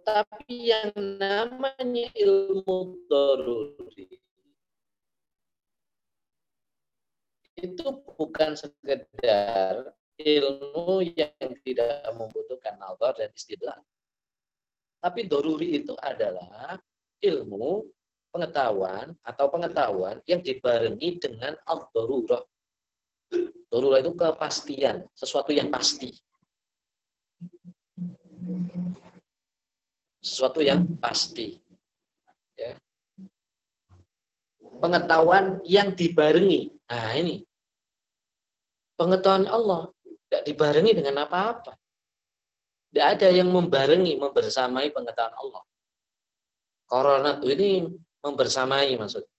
Tapi yang namanya ilmu daruri itu bukan sekedar ilmu yang tidak membutuhkan nazar dan istidlal. Tapi daruri itu adalah ilmu pengetahuan atau pengetahuan yang dibarengi dengan al-darurah. Darurah itu kepastian, sesuatu yang pasti. Sesuatu yang pasti. Ya. Pengetahuan yang dibarengi. Nah ini. Pengetahuan Allah. Tidak dibarengi dengan apa-apa. Tidak ada yang membarengi, membersamai pengetahuan Allah. Corona ini membersamai maksudnya.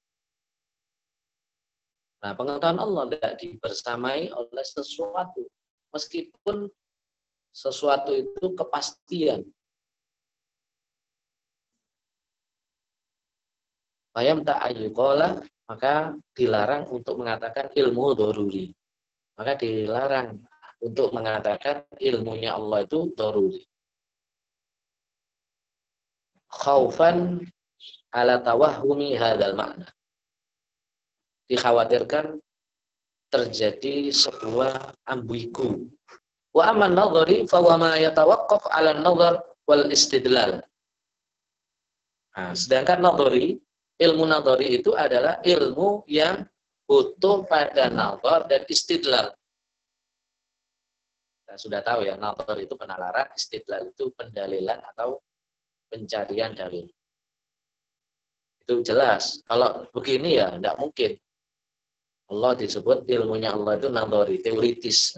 Nah, pengetahuan Allah tidak dibersamai oleh sesuatu. Meskipun sesuatu itu kepastian. Bayam ta'ayyukola, maka dilarang untuk mengatakan ilmu daruri. Maka dilarang untuk mengatakan ilmunya Allah itu daruri. Khaufan ala tawahumi hadal makna. Dikhawatirkan terjadi sebuah ambigu. Wa aman nadhari fa wa ma yatawaqqaf 'ala an-nadhar wal istidlal. Nah, sedangkan nadhari, ilmu nadhari itu adalah ilmu yang butuh pada nadhar dan istidlal. Kita sudah tahu ya, nadhar itu penalaran, istidlal itu pendalilan atau pencarian dalil. Itu jelas. Kalau begini ya tidak mungkin. Allah disebut ilmunya Allah itu nadhari, teoritis.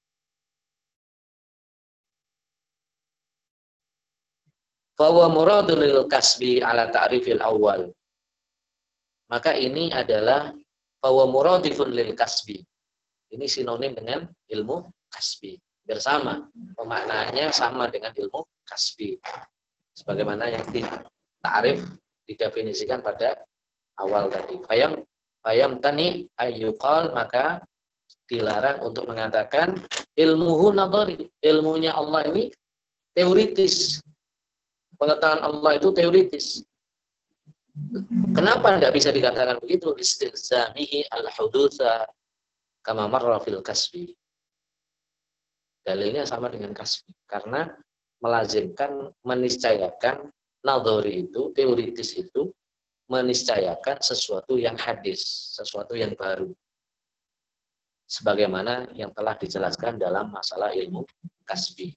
Fahuwa muradun lil kasbi ala ta'rifil awal. Maka ini adalah fahuwa muradifun lil kasbi. Ini sinonim dengan ilmu kasbi. Bersama, pemaknaannya sama dengan ilmu kasbi. Sebagaimana yang ta'rif didefinisikan pada awal tadi. Fayam tani ayyuqal, maka dilarang untuk mengatakan ilmuhu nadhari. Ilmunya Allah ini teoritis. Pengetahuan Allah itu teoritis. Kenapa tidak bisa dikatakan begitu? Istilzamihi al-hudutsa kama marra fil kasbi. Dalilnya sama dengan kasbi. Karena melazimkan, meniscayakan nadhari itu, teoritis itu, meniscayakan sesuatu yang hadis, sesuatu yang baru. Sebagaimana yang telah dijelaskan dalam masalah ilmu kasbi.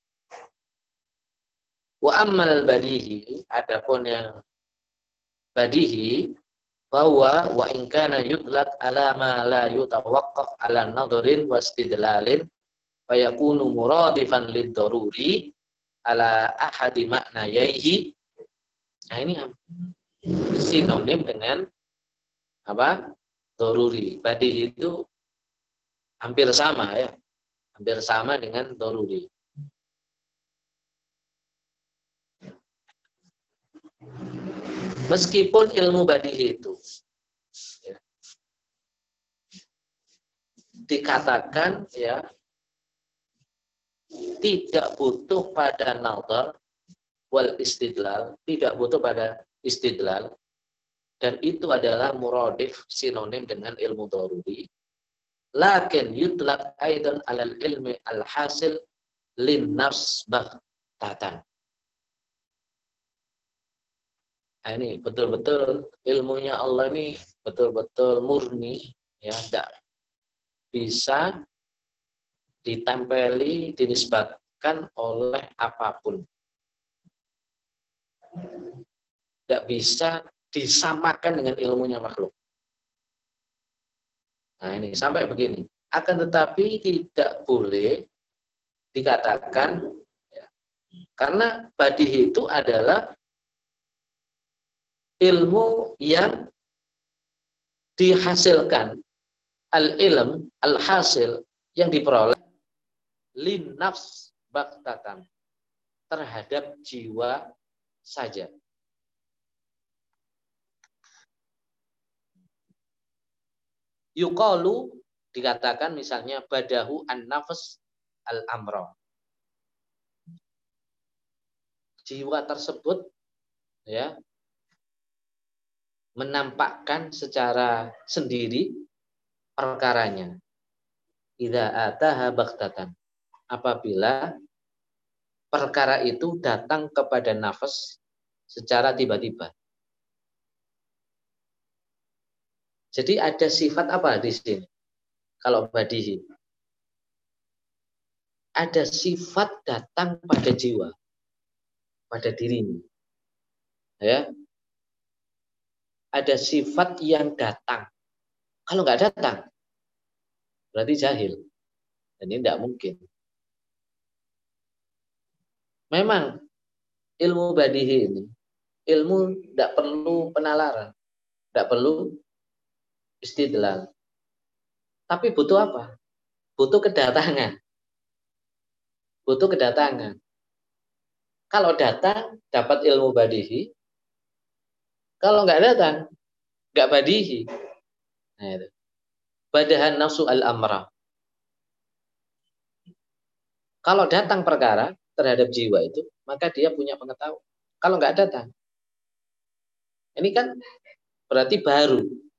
Wa ammal badihi, adapun yang badihi, bahwa wa in kana yudlaq ala ma la yutawaqqaf ala nadharin wa istidlalin fa yakunu muradifan lid daruri ala ahadi maknayaihi. Nah ini sinonim dengan apa? Daruri. Badihi itu hampir sama ya. Hampir sama dengan daruri. Meskipun ilmu badihi itu ya, dikatakan ya tidak butuh pada nazar wal istidlal, tidak butuh pada istidlal, dan itu adalah muradif, sinonim dengan ilmu daruri. Lakin yutlaq aidan alal ilmi al hasil lin nafs baghtatan. Nah, ini betul-betul ilmunya Allah ini betul-betul murni, ya, tidak bisa ditempeli, dinisbatkan oleh apapun. Tidak bisa disamakan dengan ilmunya makhluk. Nah ini sampai begini. Akan tetapi tidak boleh dikatakan, ya, karena badihi itu adalah ilmu yang dihasilkan, al-ilm, al-hasil, yang diperoleh lin nafs baktatan, terhadap jiwa saja. Yuqalu, dikatakan misalnya badahu an-nafs al-amra. jiwa tersebut ya menampakkan secara sendiri perkaranya. Idza ataha baghtatan. Apabila perkara itu datang kepada nafas secara tiba-tiba. Jadi ada sifat apa di sini? Kalau badihi. Ada sifat datang pada jiwa, pada dirinya. Ya. Ada sifat yang datang. Kalau nggak datang, berarti jahil. Dan ini tidak mungkin. Memang ilmu badihi ini, ilmu tidak perlu penalaran, tidak perlu istidlal. Tapi butuh apa? Butuh kedatangan. Butuh kedatangan. Kalau datang, dapat ilmu badihi. Kalau nggak datang, nggak badihi. Nah, itu. Badahan nafsu al-amrah. Kalau datang perkara terhadap jiwa itu, maka dia punya pengetahuan. Kalau nggak datang, ini kan berarti baru.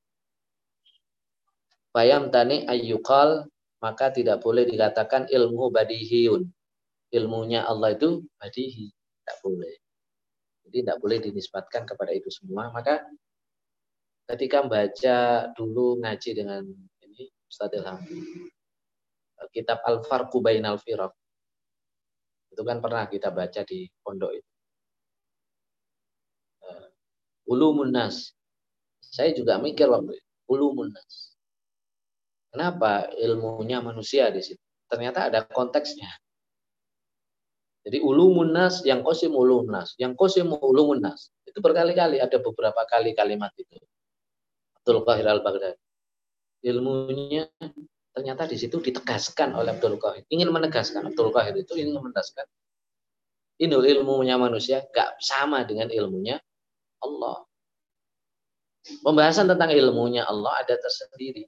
Bayam tani ayyukal, maka tidak boleh dikatakan ilmu badihiyun. Ilmunya Allah itu badihi. Tidak boleh. Jadi tidak boleh dinisbatkan kepada itu semua. Maka ketika membaca dulu ngaji dengan ini Ustaz Ilham, kitab Al-Farqu Bainal Firaq, itu kan pernah kita baca di pondok itu. Ulumun Nas. Saya juga mikir waktu itu, Ulumun Nas. Kenapa ilmunya manusia di situ? Ternyata ada konteksnya. Jadi ulumun nas, yang qasim ulumun nas, yang qasim ulumun nas. Itu berkali-kali, ada beberapa kali kalimat itu. Abdul Qahir Al-Baghdadi. Ilmunya ternyata di situ ditegaskan oleh Abdul Qahir. Ingin menegaskan, Abdul Qahir itu ingin menegaskan. Ini ilmunya manusia gak sama dengan ilmunya Allah. Pembahasan tentang ilmunya Allah ada tersendiri.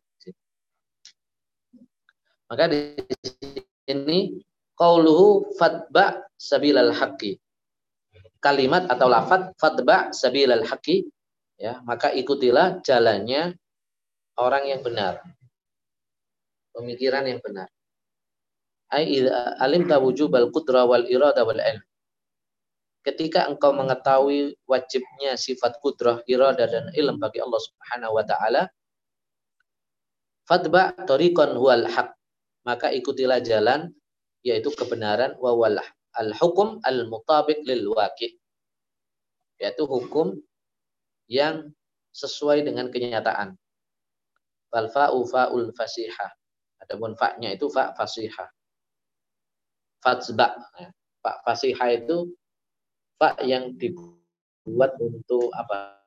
Maka di sini qauluhu fatba sabilal haqqi. Kalimat atau lafaz fatba sabilal haqqi, ya, maka ikutilah jalannya orang yang benar. Pemikiran yang benar. Ai idza alimta wujubal qudra wal irada wal ilm. Ketika engkau mengetahui wajibnya sifat kudrah, irada dan ilm bagi Allah Subhanahu wa taala, fatba tariqan huwal haq. Maka ikutilah jalan yaitu kebenaran wa wal al-hukum al-mutabiq lil waqi'. Yaitu hukum yang sesuai dengan kenyataan. Fal fa'u fa'ul fasihah. Adapun fa-nya itu fa fasihah. Fatsba. Fa fasihah itu fa yang dibuat untuk apa?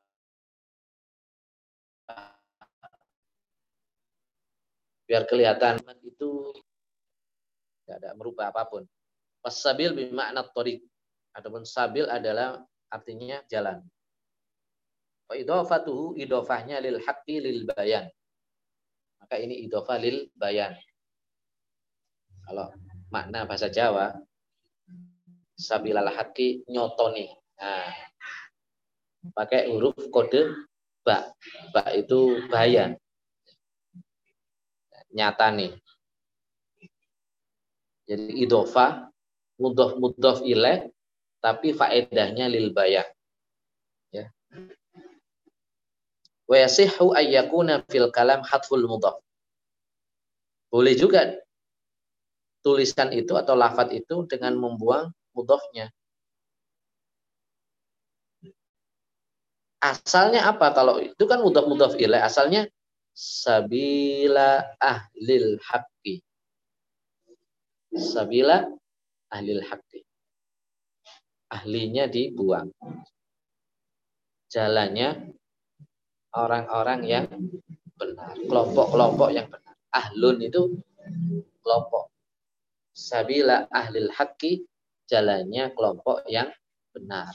Biar kelihatan itu tidak ada merubah apapun. Wasabil bimakna thoriq. Adapun sabil adalah artinya jalan. Wa idhafatuhu idhafahnya lil haqqi lil bayan. Maka ini idhafah lil bayan. Kalau makna bahasa Jawa, sabilal haqqi nyotoni. Nah, pakai huruf kode ba. Ba itu bayan. Nyata nih. Jadi idhofah mudhof ilaih tapi faedahnya lil bayan. Ya. Wa yasihhu ayyakuna fil kalam hatful mudhaf. Boleh juga tulisan itu atau lafaz itu dengan membuang mudhofnya. Asalnya apa kalau itu kan mudhaf ilaih, asalnya sabila ahlil haqqi. Sabila ahlil haqqi. Ahlinya dibuang. Jalannya orang-orang yang benar, kelompok-kelompok yang benar. Ahlun itu kelompok. Sabila ahlil haqqi, jalannya kelompok yang benar.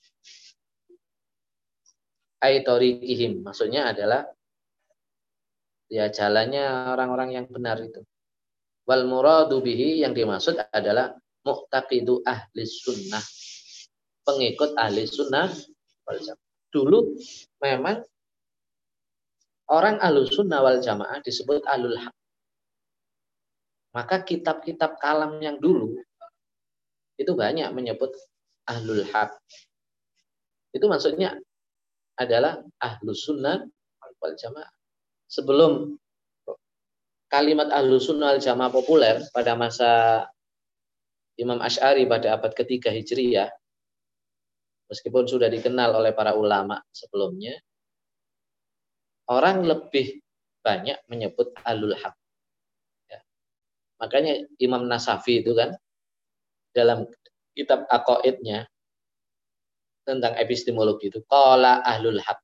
Aitorikihim, maksudnya adalah ya jalannya orang-orang yang benar itu. Wal muradu bihi, yang dimaksud adalah mu'taqidu ahli sunnah. pengikut ahli sunnah wal jamaah. Dulu memang orang ahlu sunnah wal jamaah disebut ahlul haq. Maka kitab-kitab kalam yang dulu itu banyak menyebut ahlul haq. Itu maksudnya adalah ahlu sunnah wal jamaah. Sebelum kalimat ahlu sunnah wal jamaah populer pada masa Imam Asy'ari pada abad ketiga Hijriyah, meskipun sudah dikenal oleh para ulama sebelumnya, orang lebih banyak menyebut ahlul haq. Ya. Makanya Imam Nasafi itu kan dalam kitab Aqaidnya tentang epistemologi itu qala ahlul haq.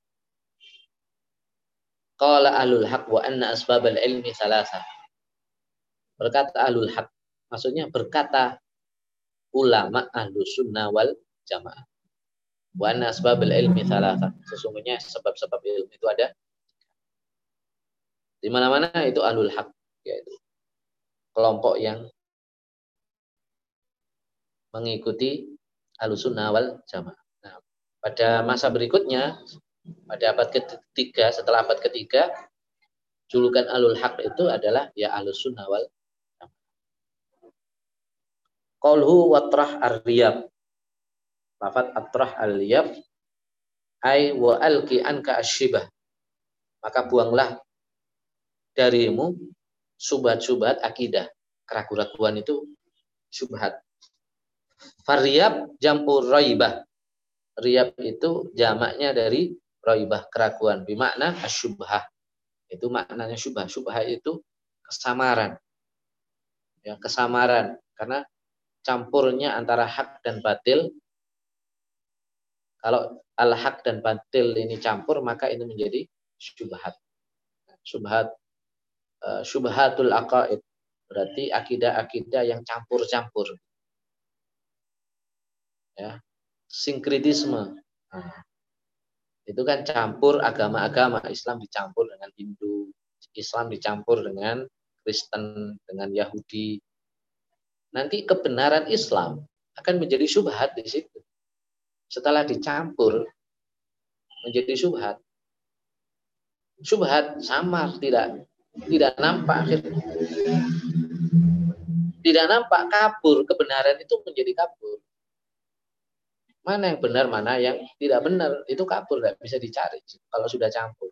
Qala ahlul haq wa anna asbabal ilmi salasa. Berkata ahlul haq, maksudnya berkata ulama ahlus sunnah wal jamaah. Wa anna asbabal ilmi salasa. Sesungguhnya sebab-sebab ilmu itu ada di mana-mana, itu ahlul haq, yaitu kelompok yang mengikuti ahlus sunnah wal jamaah. Nah, pada masa berikutnya, pada abad ketiga, setelah abad ketiga, julukan ahlul haq itu adalah ya ahlus sunnah wal jamaah. Qaulhu watrah ar-riyab. Lafaz atrah al-riyab ai wa alqi anka asyibah. Maka buanglah darimu subhat-subhat akidah. Keraguan-keraguan itu subhat. Fariyab jam'ur raibah. Riyab itu jamaknya dari raibah, keraguan. Bimakna asyubhah. Itu maknanya syubhah. Syubhah itu kesamaran. Ya, kesamaran. Karena campurnya antara hak dan batil. Kalau al-haq dan batil ini campur, maka ini menjadi syubhat. Syubhatul aqaid. Berarti akidah-akidah yang campur-campur. Ya, sinkritisme. Nah, itu kan campur agama-agama. Islam dicampur dengan Hindu, Islam dicampur dengan Kristen, dengan Yahudi. Nanti kebenaran Islam akan menjadi syubhat di situ. Setelah dicampur menjadi syubhat. Syubhat samar, tidak nampak akhirnya. Tidak nampak, kabur, kebenaran itu menjadi kabur. Mana yang benar, mana yang tidak benar, itu kabur, tidak bisa dicari kalau sudah campur.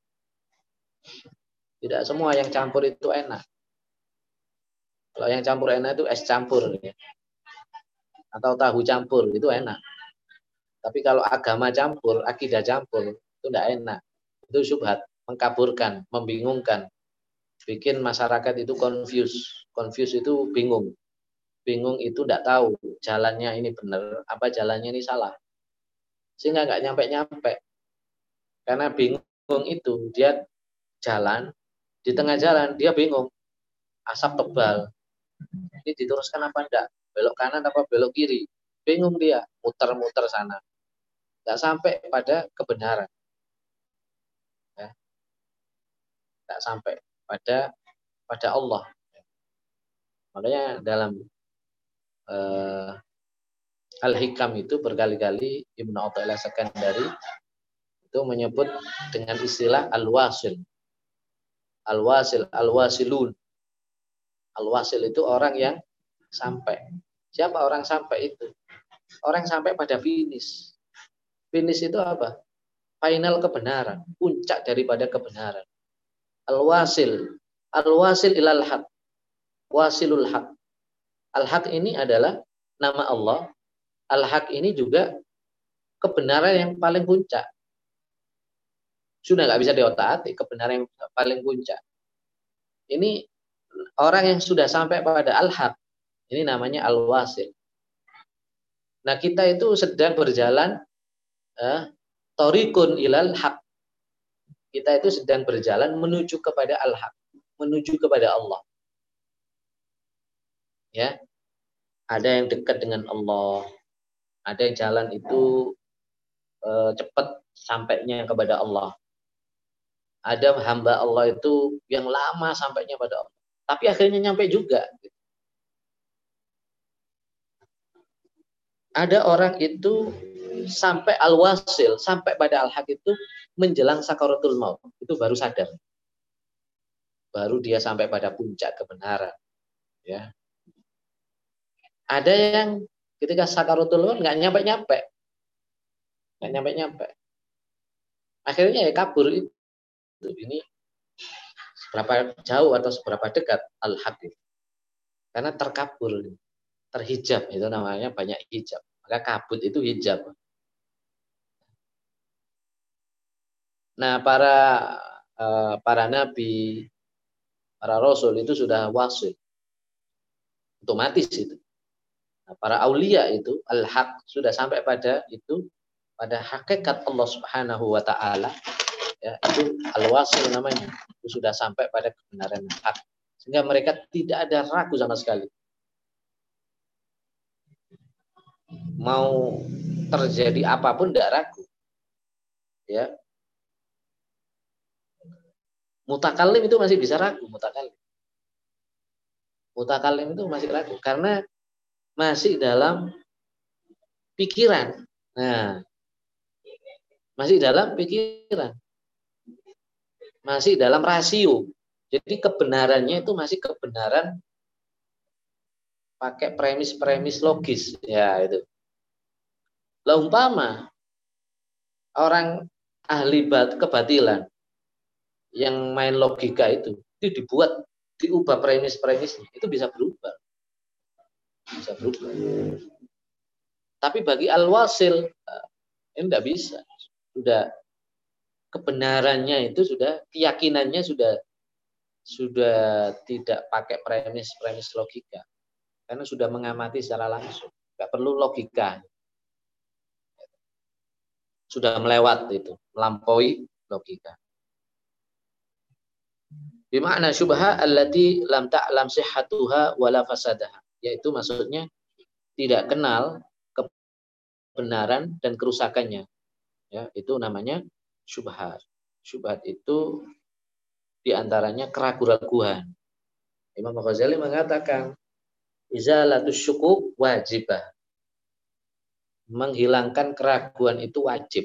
Tidak semua yang campur itu enak. Kalau yang campur enak itu es campur, ya. Atau tahu campur, itu enak. Tapi kalau agama campur, akidah campur, itu tidak enak. Itu syubhat, mengkaburkan, membingungkan. Bikin masyarakat itu confused. Confused itu bingung. Bingung itu tidak tahu jalannya ini benar, apa jalannya ini salah. Sehingga nggak nyampe-nyampe. Karena bingung itu, dia jalan, di tengah jalan dia bingung. Asap tebal. Ini diteruskan apa enggak? Belok kanan apa belok kiri? Bingung dia, muter-muter sana. Nggak sampai pada kebenaran. Ya. Nggak sampai pada Allah. Makanya dalam Al-Hikam itu berkali-kali Ibnu Athaillah Sekandari itu menyebut dengan istilah al-wasil. Al-wasil, al-wasilun. Al-wasil itu orang yang sampai. Siapa orang sampai itu? Orang sampai pada finish. Finish itu apa? Final kebenaran, puncak daripada kebenaran. Al-wasil. Al-wasil ilal haq. Wasilul haq. Al-haq ini adalah nama Allah. Al-haq ini juga kebenaran yang paling puncak. Sudah nggak bisa diotak-atik, kebenaran yang paling puncak. Ini orang yang sudah sampai pada al-haq. Ini namanya al-wasil. Nah, kita itu sedang berjalan thoriqun ilal haq. Kita itu sedang berjalan menuju kepada al-haq, menuju kepada Allah. Ya. Ada yang dekat dengan Allah, ada yang jalan itu cepat sampainya kepada Allah. Ada hamba Allah itu yang lama sampainya pada Allah, tapi akhirnya nyampe juga. Ada orang itu sampai al-wasil, sampai pada al-haq itu menjelang sakaratul maut. Itu baru sadar. Baru dia sampai pada puncak kebenaran. Ya. Ada yang ketika sakaratul maut nggak nyampe-nyampe. Nggak nyampe-nyampe. Akhirnya ya kabur itu. Ini seberapa jauh atau seberapa dekat al-haq itu. Karena terkabur, terhijab. Itu namanya banyak hijab. Maka kabut itu hijab. Nah, para nabi, para rasul itu sudah wasil, otomatis itu. Nah, para aulia itu al-haq sudah sampai pada itu, pada hakikat Allah Subhanahu wa taala, ya, itu al-wasil namanya. Itu sudah sampai pada kebenaran hak. Sehingga mereka tidak ada ragu sama sekali. Mau terjadi apapun tidak ragu. Ya. Mutakalim itu masih bisa ragu, mutakalim. Mutakalim itu masih ragu karena masih dalam pikiran. Nah, masih dalam pikiran. Masih dalam rasio. Jadi kebenarannya itu masih kebenaran pakai premis-premis logis. Ya, itu. Lah umpama orang ahli kebatilan yang main logika itu dibuat, diubah premis-premisnya, itu bisa berubah. Bisa berubah. Tapi bagi al-wasil ini tidak bisa. Sudah kebenarannya itu sudah, keyakinannya sudah tidak pakai premis-premis logika. Karena sudah mengamati secara langsung. Tidak perlu logika. Sudah melewat itu, melampaui logika. Bimakna syubha allati lam ta'lam sihhatuha wala fasadaha. Yaitu maksudnya tidak kenal kebenaran dan kerusakannya. Ya, itu namanya syubhat. Syubhat itu diantaranya keraguan-raguan. Imam Ghazali mengatakan izalatus syukuk wajibah. Menghilangkan keraguan itu wajib.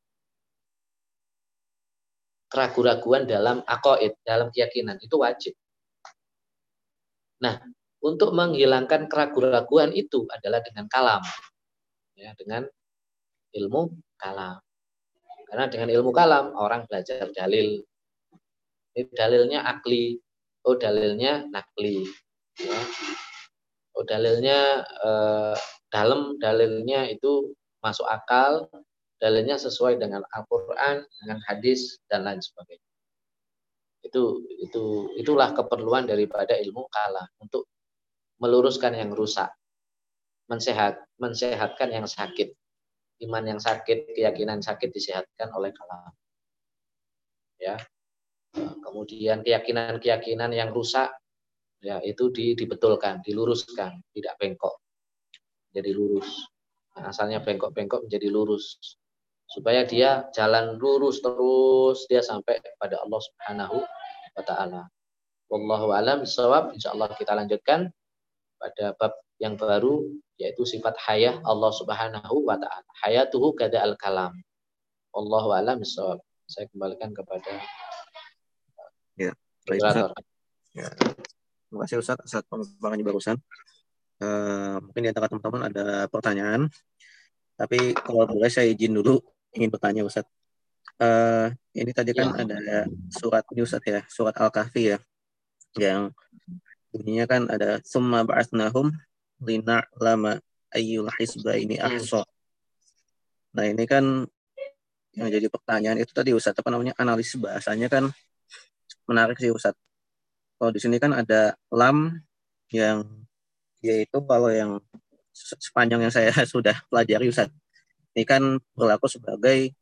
Keraguan-raguan dalam aqaid, dalam keyakinan itu wajib. Nah, untuk menghilangkan keraguan-raguan itu adalah dengan kalam. Ya, dengan ilmu kalam. Karena dengan ilmu kalam orang belajar dalil. Ini dalilnya akli, oh dalilnya nakli. Ya. Oh dalilnya dalam, dalilnya itu masuk akal, dalilnya sesuai dengan Al-Qur'an, dengan hadis dan lain sebagainya. Itulah keperluan daripada ilmu kalam untuk meluruskan yang rusak, mensehatkan yang sakit. Iman yang sakit, keyakinan sakit disehatkan oleh kalam. Ya. Kemudian keyakinan-keyakinan yang rusak ya itu dibetulkan, diluruskan, tidak bengkok. Jadi lurus. Nah, asalnya bengkok-bengkok menjadi lurus. Supaya dia jalan lurus terus dia sampai pada Allah Subhanahu wa taala. Wallahu a'lam bishawab. Insyaallah kita lanjutkan pada bab yang baru yaitu sifat hayah Allah Subhanahu wa taala. Hayatuhu kada al-kalam. Wallahu a'lam bishawab. Saya kembalikan kepada moderator. Ya. Terima kasih Ustaz atas pembahasannya barusan. Mungkin di antara teman-teman ada pertanyaan. Tapi kalau boleh saya izin dulu ingin bertanya Ustaz. Ini tadi kan ada surat ini Ustaz ya, surat Al-Kahfi ya. Yang bunyinya kan ada summa ba'atsnahum lina'lama ayyul hisbaini ahsa. Nah, ini kan yang jadi pertanyaan itu tadi Ustaz, apa namanya? Analisis bahasanya kan menarik sih Ustaz. Kalau di sini kan ada lam yang yaitu kalau yang sepanjang yang saya sudah pelajari Ustaz. Ini kan berlaku sebagai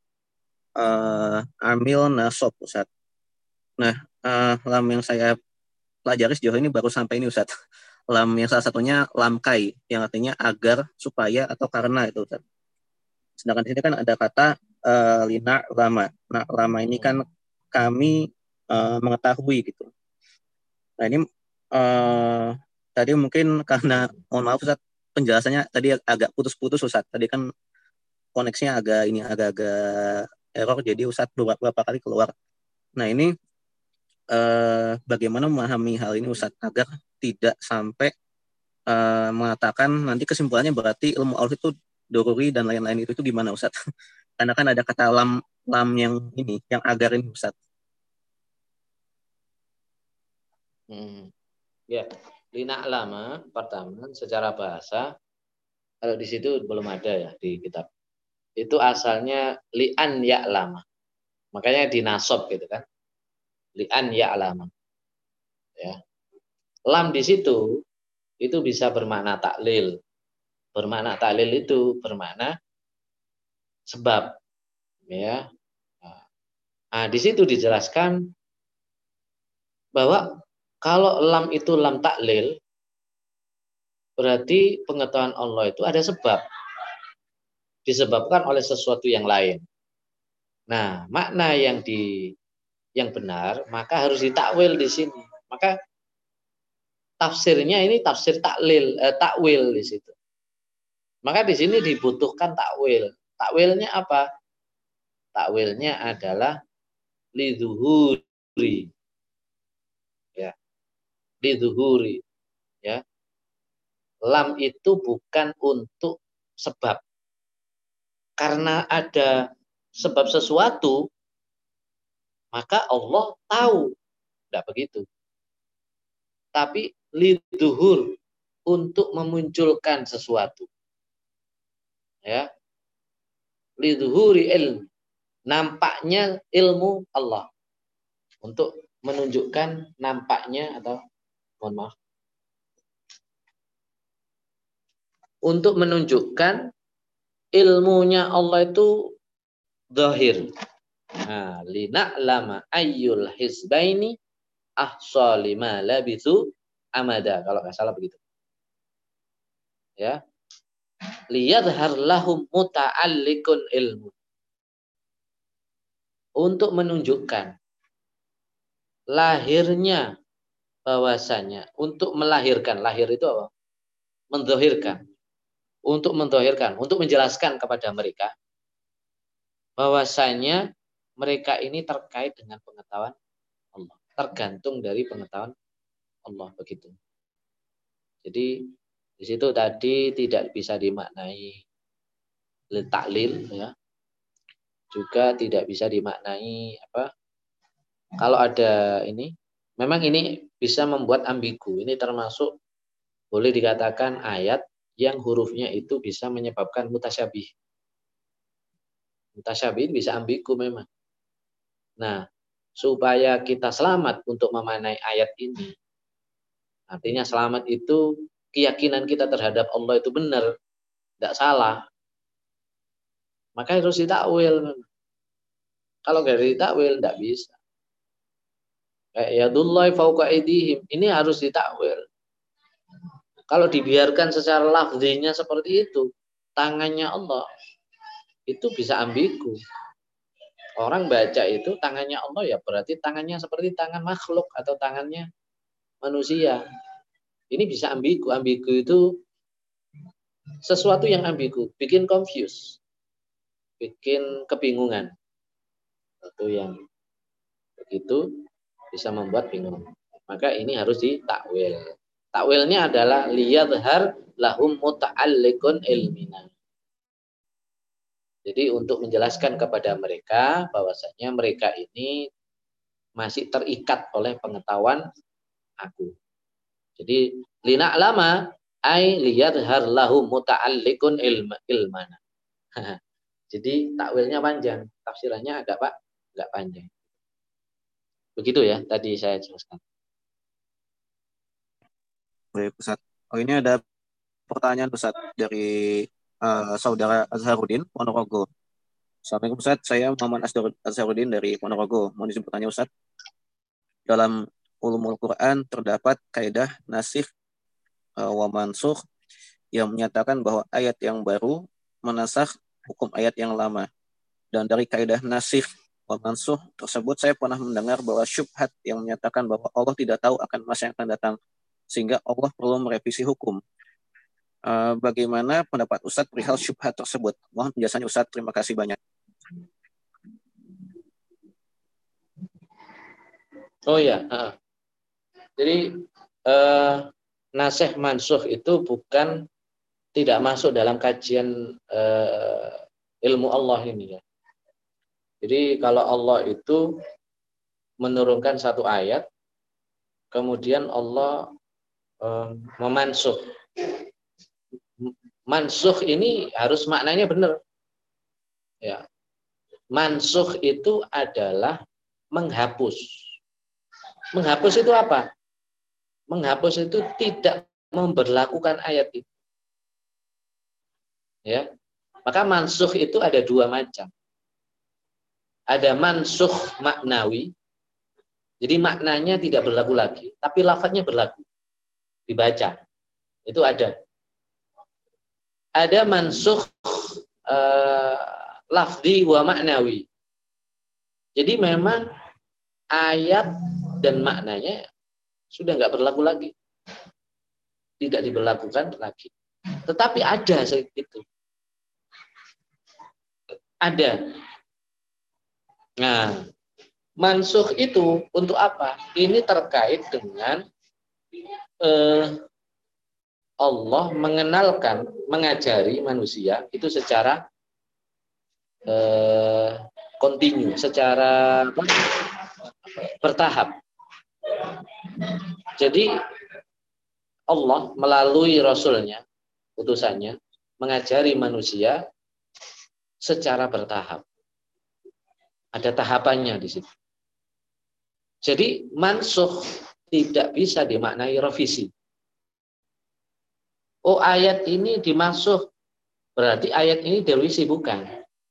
amil nasab Ustaz. Nah, lam yang saya pelajari sejauh ini baru sampai ini Ustaz. Lam yang salah satunya lam kai yang artinya agar, supaya atau karena itu Ustaz. Sedangkan di sini kan ada kata lina lama. Nah, lama ini kan kami mengetahui gitu. Nah, ini tadi mungkin karena mohon maaf Ustaz, penjelasannya tadi agak putus-putus Ustaz. Tadi kan koneksinya agak-agak error, jadi Ustaz beberapa kali keluar. Nah ini bagaimana memahami hal ini Ustaz agar tidak sampai mengatakan nanti kesimpulannya berarti ilmu Allah itu doruri dan lain-lain itu gimana Ustaz? Karena kan ada kata lam yang agar ini Ustaz. Ya, lina lama pertama secara bahasa kalau di situ belum ada ya di kitab. Itu asalnya li'an ya lama. Makanya dinasob gitu kan. Li'an ya lama. Ya. Lam di situ itu bisa bermakna taklil. Bermakna taklil itu bermakna sebab, ya. Nah, di situ dijelaskan bahwa kalau lam itu lam taklil, berarti pengetahuan Allah itu ada sebab, disebabkan oleh sesuatu yang lain. Nah, makna yang benar maka harus ditakwil di sini. Maka tafsirnya ini tafsir takwil di situ. Maka di sini dibutuhkan takwil. Takwilnya apa? Takwilnya adalah lidzuhuri. Ya, lidzuhuri. Ya. Lam itu bukan untuk sebab. Karena ada sebab sesuatu, maka Allah tahu. Tidak begitu. Tapi lidzuhur, untuk memunculkan sesuatu. Ya. Lidzuhuri ilm, nampaknya ilmu Allah, untuk menunjukkan nampaknya atau mohon maaf, untuk menunjukkan ilmunya Allah itu zahir. Nah, lina'lama ayyul hizbaini ahsa lima labithu amada, kalau nggak salah begitu. Ya. Liyadhar lahum muta'allikun ilmu. Untuk menunjukkan lahirnya, bahwasanya untuk melahirkan, lahir itu apa? Mendohirkan. Untuk mendohirkan, untuk menjelaskan kepada mereka bahwasanya mereka ini terkait dengan pengetahuan Allah, tergantung dari pengetahuan Allah, begitu. Jadi di situ tadi tidak bisa dimaknai taklil, ya. Juga tidak bisa dimaknai apa? Kalau ada ini, memang ini bisa membuat ambigu. Ini termasuk boleh dikatakan ayat yang hurufnya itu bisa menyebabkan mutasyabih. Mutasyabih bisa ambigu memang. Nah, supaya kita selamat untuk memaknai ayat ini, artinya selamat itu keyakinan kita terhadap Allah itu benar, tidak salah, maka harus ditakwil. Kalau nggak ditakwil, tidak bisa. Kayak yadullahi fauqa aydihim, ini harus ditakwil. Kalau dibiarkan secara lafzinya seperti itu, tangannya Allah, itu bisa ambigu. Orang baca itu tangannya Allah, ya berarti tangannya seperti tangan makhluk atau tangannya manusia. Ini bisa ambigu. Ambigu itu sesuatu yang ambigu, bikin confuse, bikin kebingungan. Satu yang begitu bisa membuat bingung. Maka ini harus ditakwil. Takwilnya adalah liyadhar lahum muta'alliqun ilmina. Jadi untuk menjelaskan kepada mereka bahwasanya mereka ini masih terikat oleh pengetahuan aku. Jadi lina lama ai liyadhar lahum muta'alliqun ilmana. Jadi takwilnya panjang, tafsirannya agak panjang. Begitu ya tadi saya jelaskan. Baik Ustaz. Oh ini ada pertanyaan Ustaz dari saudara Azharuddin Ponorogo. Assalamualaikum Ustaz, saya Muhammad Azharuddin dari Ponorogo. Mau izin bertanya Ustaz, dalam ulumul Quran terdapat kaidah nasikh wa mansukh yang menyatakan bahwa ayat yang baru menasakh hukum ayat yang lama. Dan dari kaidah nasikh wa mansukh tersebut saya pernah mendengar bahwa syubhat yang menyatakan bahwa Allah tidak tahu akan masa yang akan datang, sehingga Allah perlu merevisi hukum. Bagaimana pendapat Ustadz perihal syubhat tersebut? Mohon penjelasannya Ustadz. Terima kasih banyak. Oh ya, jadi nasikh mansukh itu bukan tidak masuk dalam kajian ilmu Allah ini ya. Jadi kalau Allah itu menurunkan satu ayat, kemudian Allah memansuh. Mansuh ini harus maknanya benar. Ya. Mansuh itu adalah menghapus. Menghapus itu apa? Menghapus itu tidak memberlakukan ayat itu. Ya. Maka mansuh itu ada dua macam. Ada mansuh maknawi. Jadi maknanya tidak berlaku lagi, tapi lafadznya berlaku. Dibaca. Itu ada. Ada mansuh lafzi wa maknawi. Jadi memang ayat dan maknanya sudah nggak berlaku lagi. Tidak diberlakukan lagi. Tetapi ada segitu. Ada. Nah, mansuh itu untuk apa? Ini terkait dengan Allah mengenalkan, mengajari manusia itu secara kontinu, secara bertahap. Jadi Allah melalui Rasulnya, utusannya, mengajari manusia secara bertahap. Ada tahapannya di situ. Jadi mansuh tidak bisa dimaknai revisi. Oh, ayat ini dimansuh, berarti ayat ini direvisi, bukan.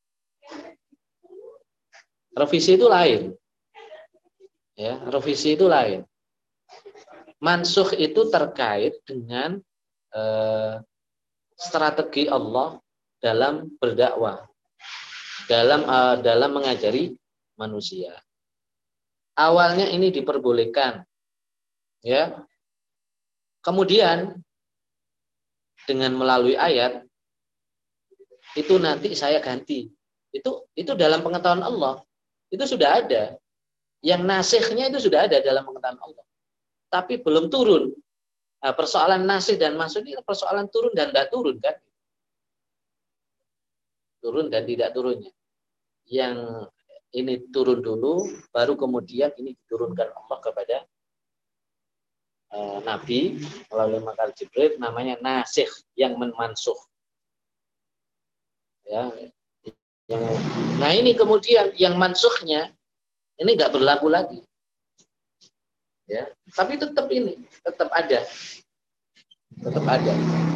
Revisi itu lain. Ya, revisi itu lain. Mansuh itu terkait dengan strategi Allah dalam berdakwah, dalam mengajari manusia. Awalnya ini diperbolehkan, ya. Kemudian dengan melalui ayat itu nanti saya ganti. Itu dalam pengetahuan Allah. Itu sudah ada. Yang nasikhnya itu sudah ada dalam pengetahuan Allah. Tapi belum turun. Nah, persoalan nasikh dan mansukh ini persoalan turun dan tidak turun kan? Turun dan tidak turunnya. Yang ini turun dulu, baru kemudian ini diturunkan Allah kepada Nabi melalui malaikat Jibril, namanya nasikh, yang memansuh. Ya. Nah ini kemudian yang mansukhnya ini nggak berlaku lagi. Ya, tapi tetap ada. Tetap ada.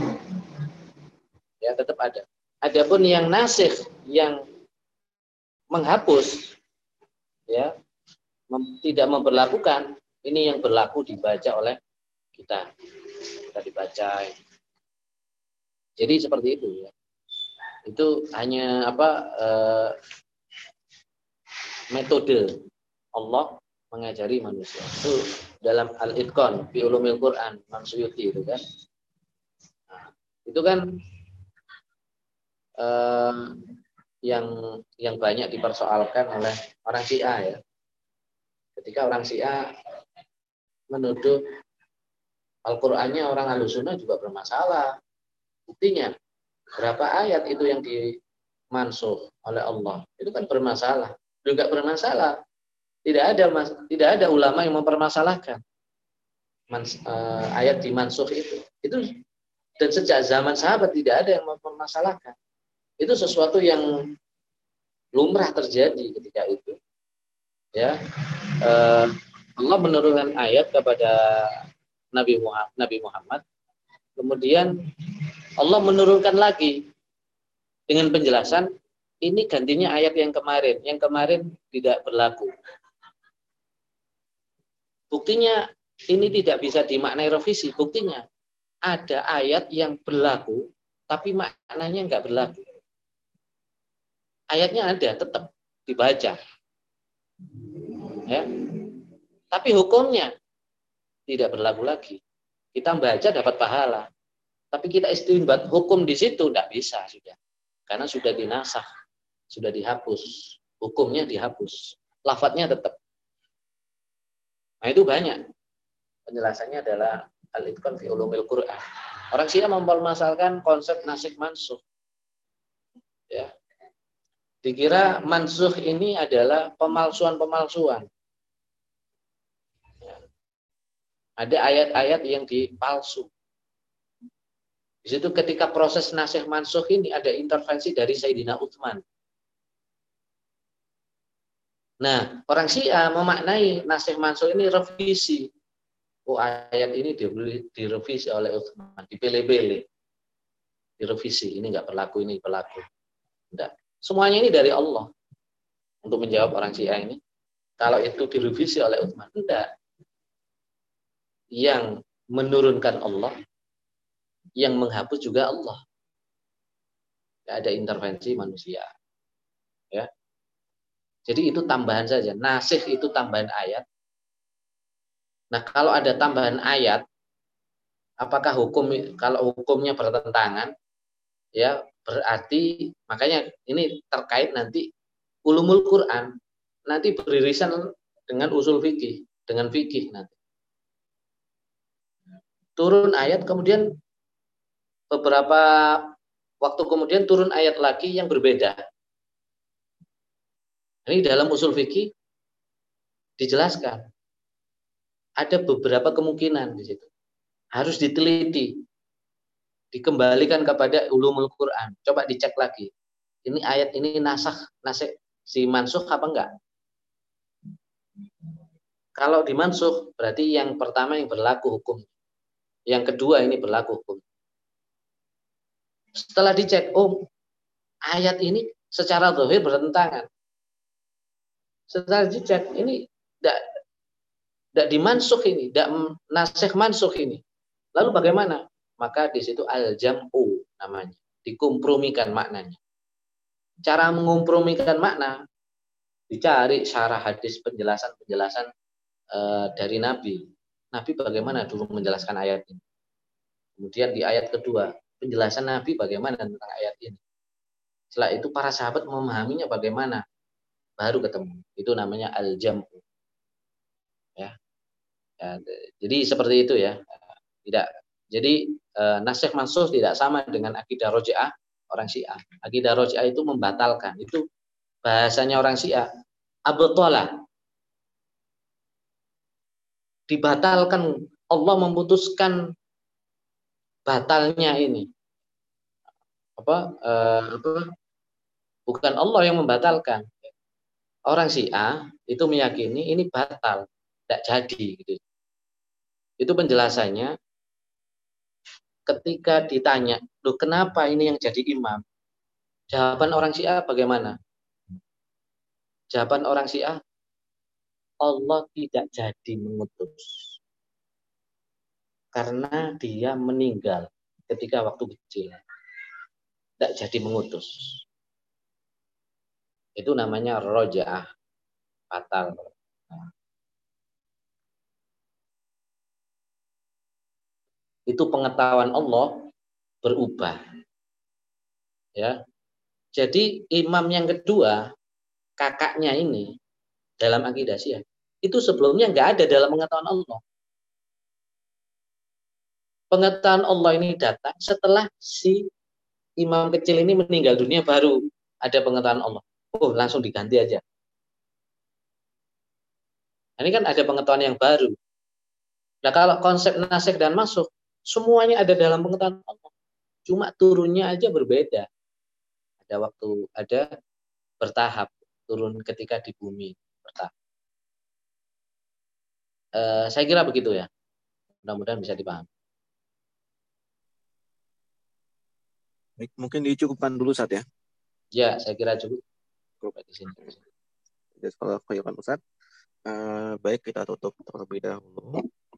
Ya, tetap ada. Adapun yang nasikh, yang menghapus, ya, tidak memberlakukan, ini yang berlaku dibaca oleh kita dibaca. Jadi seperti itu ya. Itu hanya metode Allah mengajari manusia. Itu dalam Al-Itqan fi Ulumil Quran, Imam Suyuti itu kan. Nah, itu kan yang banyak dipersoalkan oleh orang Syiah ya. Ketika orang Syiah menuduh Al-Qur'annya orang Ahlussunnah juga bermasalah. Buktinya berapa ayat itu yang dimansuh oleh Allah? Itu kan bermasalah. Juga bermasalah. Tidak ada ulama yang mempermasalahkan ayat dimansuh itu. Dan sejak zaman sahabat tidak ada yang mempermasalahkan. Itu sesuatu yang lumrah terjadi ketika itu. Ya, Allah menurunkan ayat kepada Nabi Muhammad. Kemudian Allah menurunkan lagi dengan penjelasan ini gantinya ayat yang kemarin tidak berlaku. Buktinya ini tidak bisa dimaknai revisi. Buktinya ada ayat yang berlaku tapi maknanya nggak berlaku. Ayatnya ada, tetap dibaca. Ya. Tapi hukumnya tidak berlaku lagi. Kita baca dapat pahala. Tapi kita istinbat hukum di situ tidak bisa sudah. Karena sudah dinasakh, sudah dihapus. Hukumnya dihapus. Lafadznya tetap. Nah itu banyak. Penjelasannya adalah al-itqan fi ulumil Qur'an. Orang Syiah mempermasalahkan konsep nasikh mansukh. Ya. Dikira mansukh ini adalah pemalsuan-pemalsuan. Ya. Ada ayat-ayat yang dipalsu. Di situ ketika proses nasikh mansukh ini ada intervensi dari Sayyidina Utsman. Nah, orang Syiah memaknai nasikh mansukh ini revisi. Oh, ayat ini direvisi oleh Utsman, dipilih-pilih. Direvisi, ini enggak berlaku, ini berlaku. Enggak. Semuanya ini dari Allah. Untuk menjawab orang Syiah ini, kalau itu direvisi oleh Utsman, enggak. Yang menurunkan Allah, yang menghapus juga Allah. Enggak ada intervensi manusia. Ya. Jadi itu tambahan saja. Nasikh itu tambahan ayat. Nah, kalau ada tambahan ayat, apakah kalau hukumnya bertentangan, ya berarti makanya ini terkait nanti ulumul Quran nanti beririsan dengan usul fikih, dengan fikih nanti. Turun ayat kemudian beberapa waktu kemudian turun ayat lagi yang berbeda. Ini dalam usul fikih dijelaskan. Ada beberapa kemungkinan di situ. Harus diteliti. Dikembalikan kepada ulumul Quran. Coba dicek lagi. Ini ayat ini nasikh si mansukh apa enggak? Kalau dimansukh berarti yang pertama yang berlaku hukum. Yang kedua ini berlaku hukum. Setelah dicek, oh ayat ini secara zahir bertentangan. Setelah dicek ini tidak dimansukh ini, tidak nasikh mansukh ini. Lalu bagaimana? Maka di situ al-jam'u namanya, dikompromikan maknanya. Cara mengkompromikan makna dicari syarah hadis penjelasan dari Nabi. Nabi bagaimana dulu menjelaskan ayat ini. Kemudian di ayat kedua, penjelasan Nabi bagaimana tentang ayat ini. Setelah itu para sahabat memahaminya bagaimana. Baru ketemu. Itu namanya al-jam'u. Ya. Ya, jadi seperti itu ya. Tidak. Jadi nasikh mansukh tidak sama dengan akidah Raji'ah orang Syiah. Akidah Raji'ah itu membatalkan. Itu bahasanya orang Syiah. Abtala. Dibatalkan. Allah memutuskan batalnya ini. Bukan Allah yang membatalkan. Orang Syiah itu meyakini ini batal, tidak jadi gitu. Itu penjelasannya ketika ditanya, "Loh, kenapa ini yang jadi imam?" Jawaban orang Syiah bagaimana? Jawaban orang Syiah, Allah tidak jadi mengutus. Karena dia meninggal ketika waktu kecil. Tidak jadi mengutus. Itu namanya roja'ah, batal. Itu pengetahuan Allah berubah. Ya. Jadi imam yang kedua, kakaknya ini dalam akidah Syiah, itu sebelumnya nggak ada dalam pengetahuan Allah. Pengetahuan Allah ini datang setelah si imam kecil ini meninggal dunia baru ada pengetahuan Allah. Oh, langsung diganti aja. Ini kan ada pengetahuan yang baru. Nah, kalau konsep nasikh dan mansukh, semuanya ada dalam pengetahuan Allah. Cuma turunnya aja berbeda. Ada waktu, ada bertahap. Turun ketika di bumi. Bertahap. Saya kira begitu ya. Mudah-mudahan bisa dipahami. Baik, mungkin dicukupkan dulu Ustaz ya. Ya, saya kira cukup. Di sini. Kalau khairan Ustaz. Baik, kita tutup terlebih dahulu.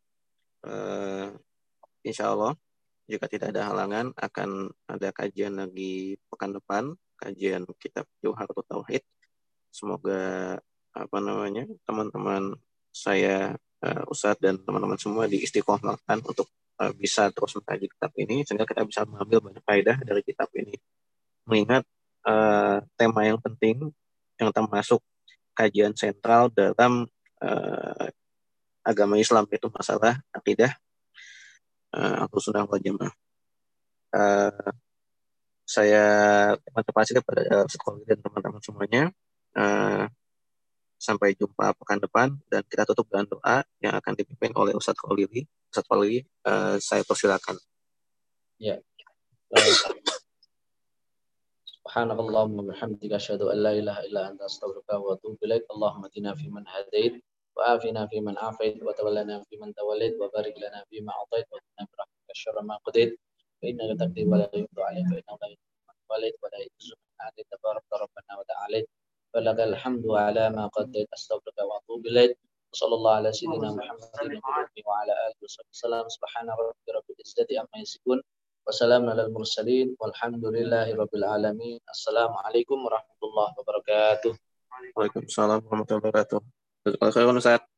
Insya Allah jika tidak ada halangan akan ada kajian lagi pekan depan, kajian kitab Jauharatul Tauhid. Semoga teman-teman saya Ustadz dan teman-teman semua diistiqomahkan untuk bisa terus mengkaji kitab ini sehingga kita bisa mengambil banyak faedah dari kitab ini. Mengingat tema yang penting yang termasuk kajian sentral dalam agama Islam, yaitu masalah akidah Ahlussunnah wal Jamaah. Saya terima kasih kepada sekolah dan teman-teman semuanya. Sampai jumpa pekan depan dan kita tutup dengan doa yang akan dipimpin oleh Ustadz Khalili. Ustadz Khalili, saya persilakan. Ya. Subhanallahumma bihamdika asyhadu an la ilaha illa anta astaghfiruka wa atubu ilaik. Allahumma atina fi man hadait wa afina fi man afait wa tawallana fi man tawallait wa barik lana fi ma atait wa qina bi rahmatika syarra ma qadait. Fa innaka taqdi wa la yuqda alayka fa innahu la yuqda man walait wa la yuqda man adait tabarak rabbana wa ta'ala. Falakal hamdu ala ma qadait astaghfiruka wa atubu ilaik. Sallallahu ala sayyidina Muhammadin wa ala alihi wasallam. Subhana rabbika rabbil izzati amma yasifun. Wassalamu alal mursalin walhamdulillahi rabbil alamin. Assalamualaikum warahmatullahi wabarakatuh. Waalaikumsalam warahmatullahi wabarakatuh. Jazakallahu khairan Ustaz.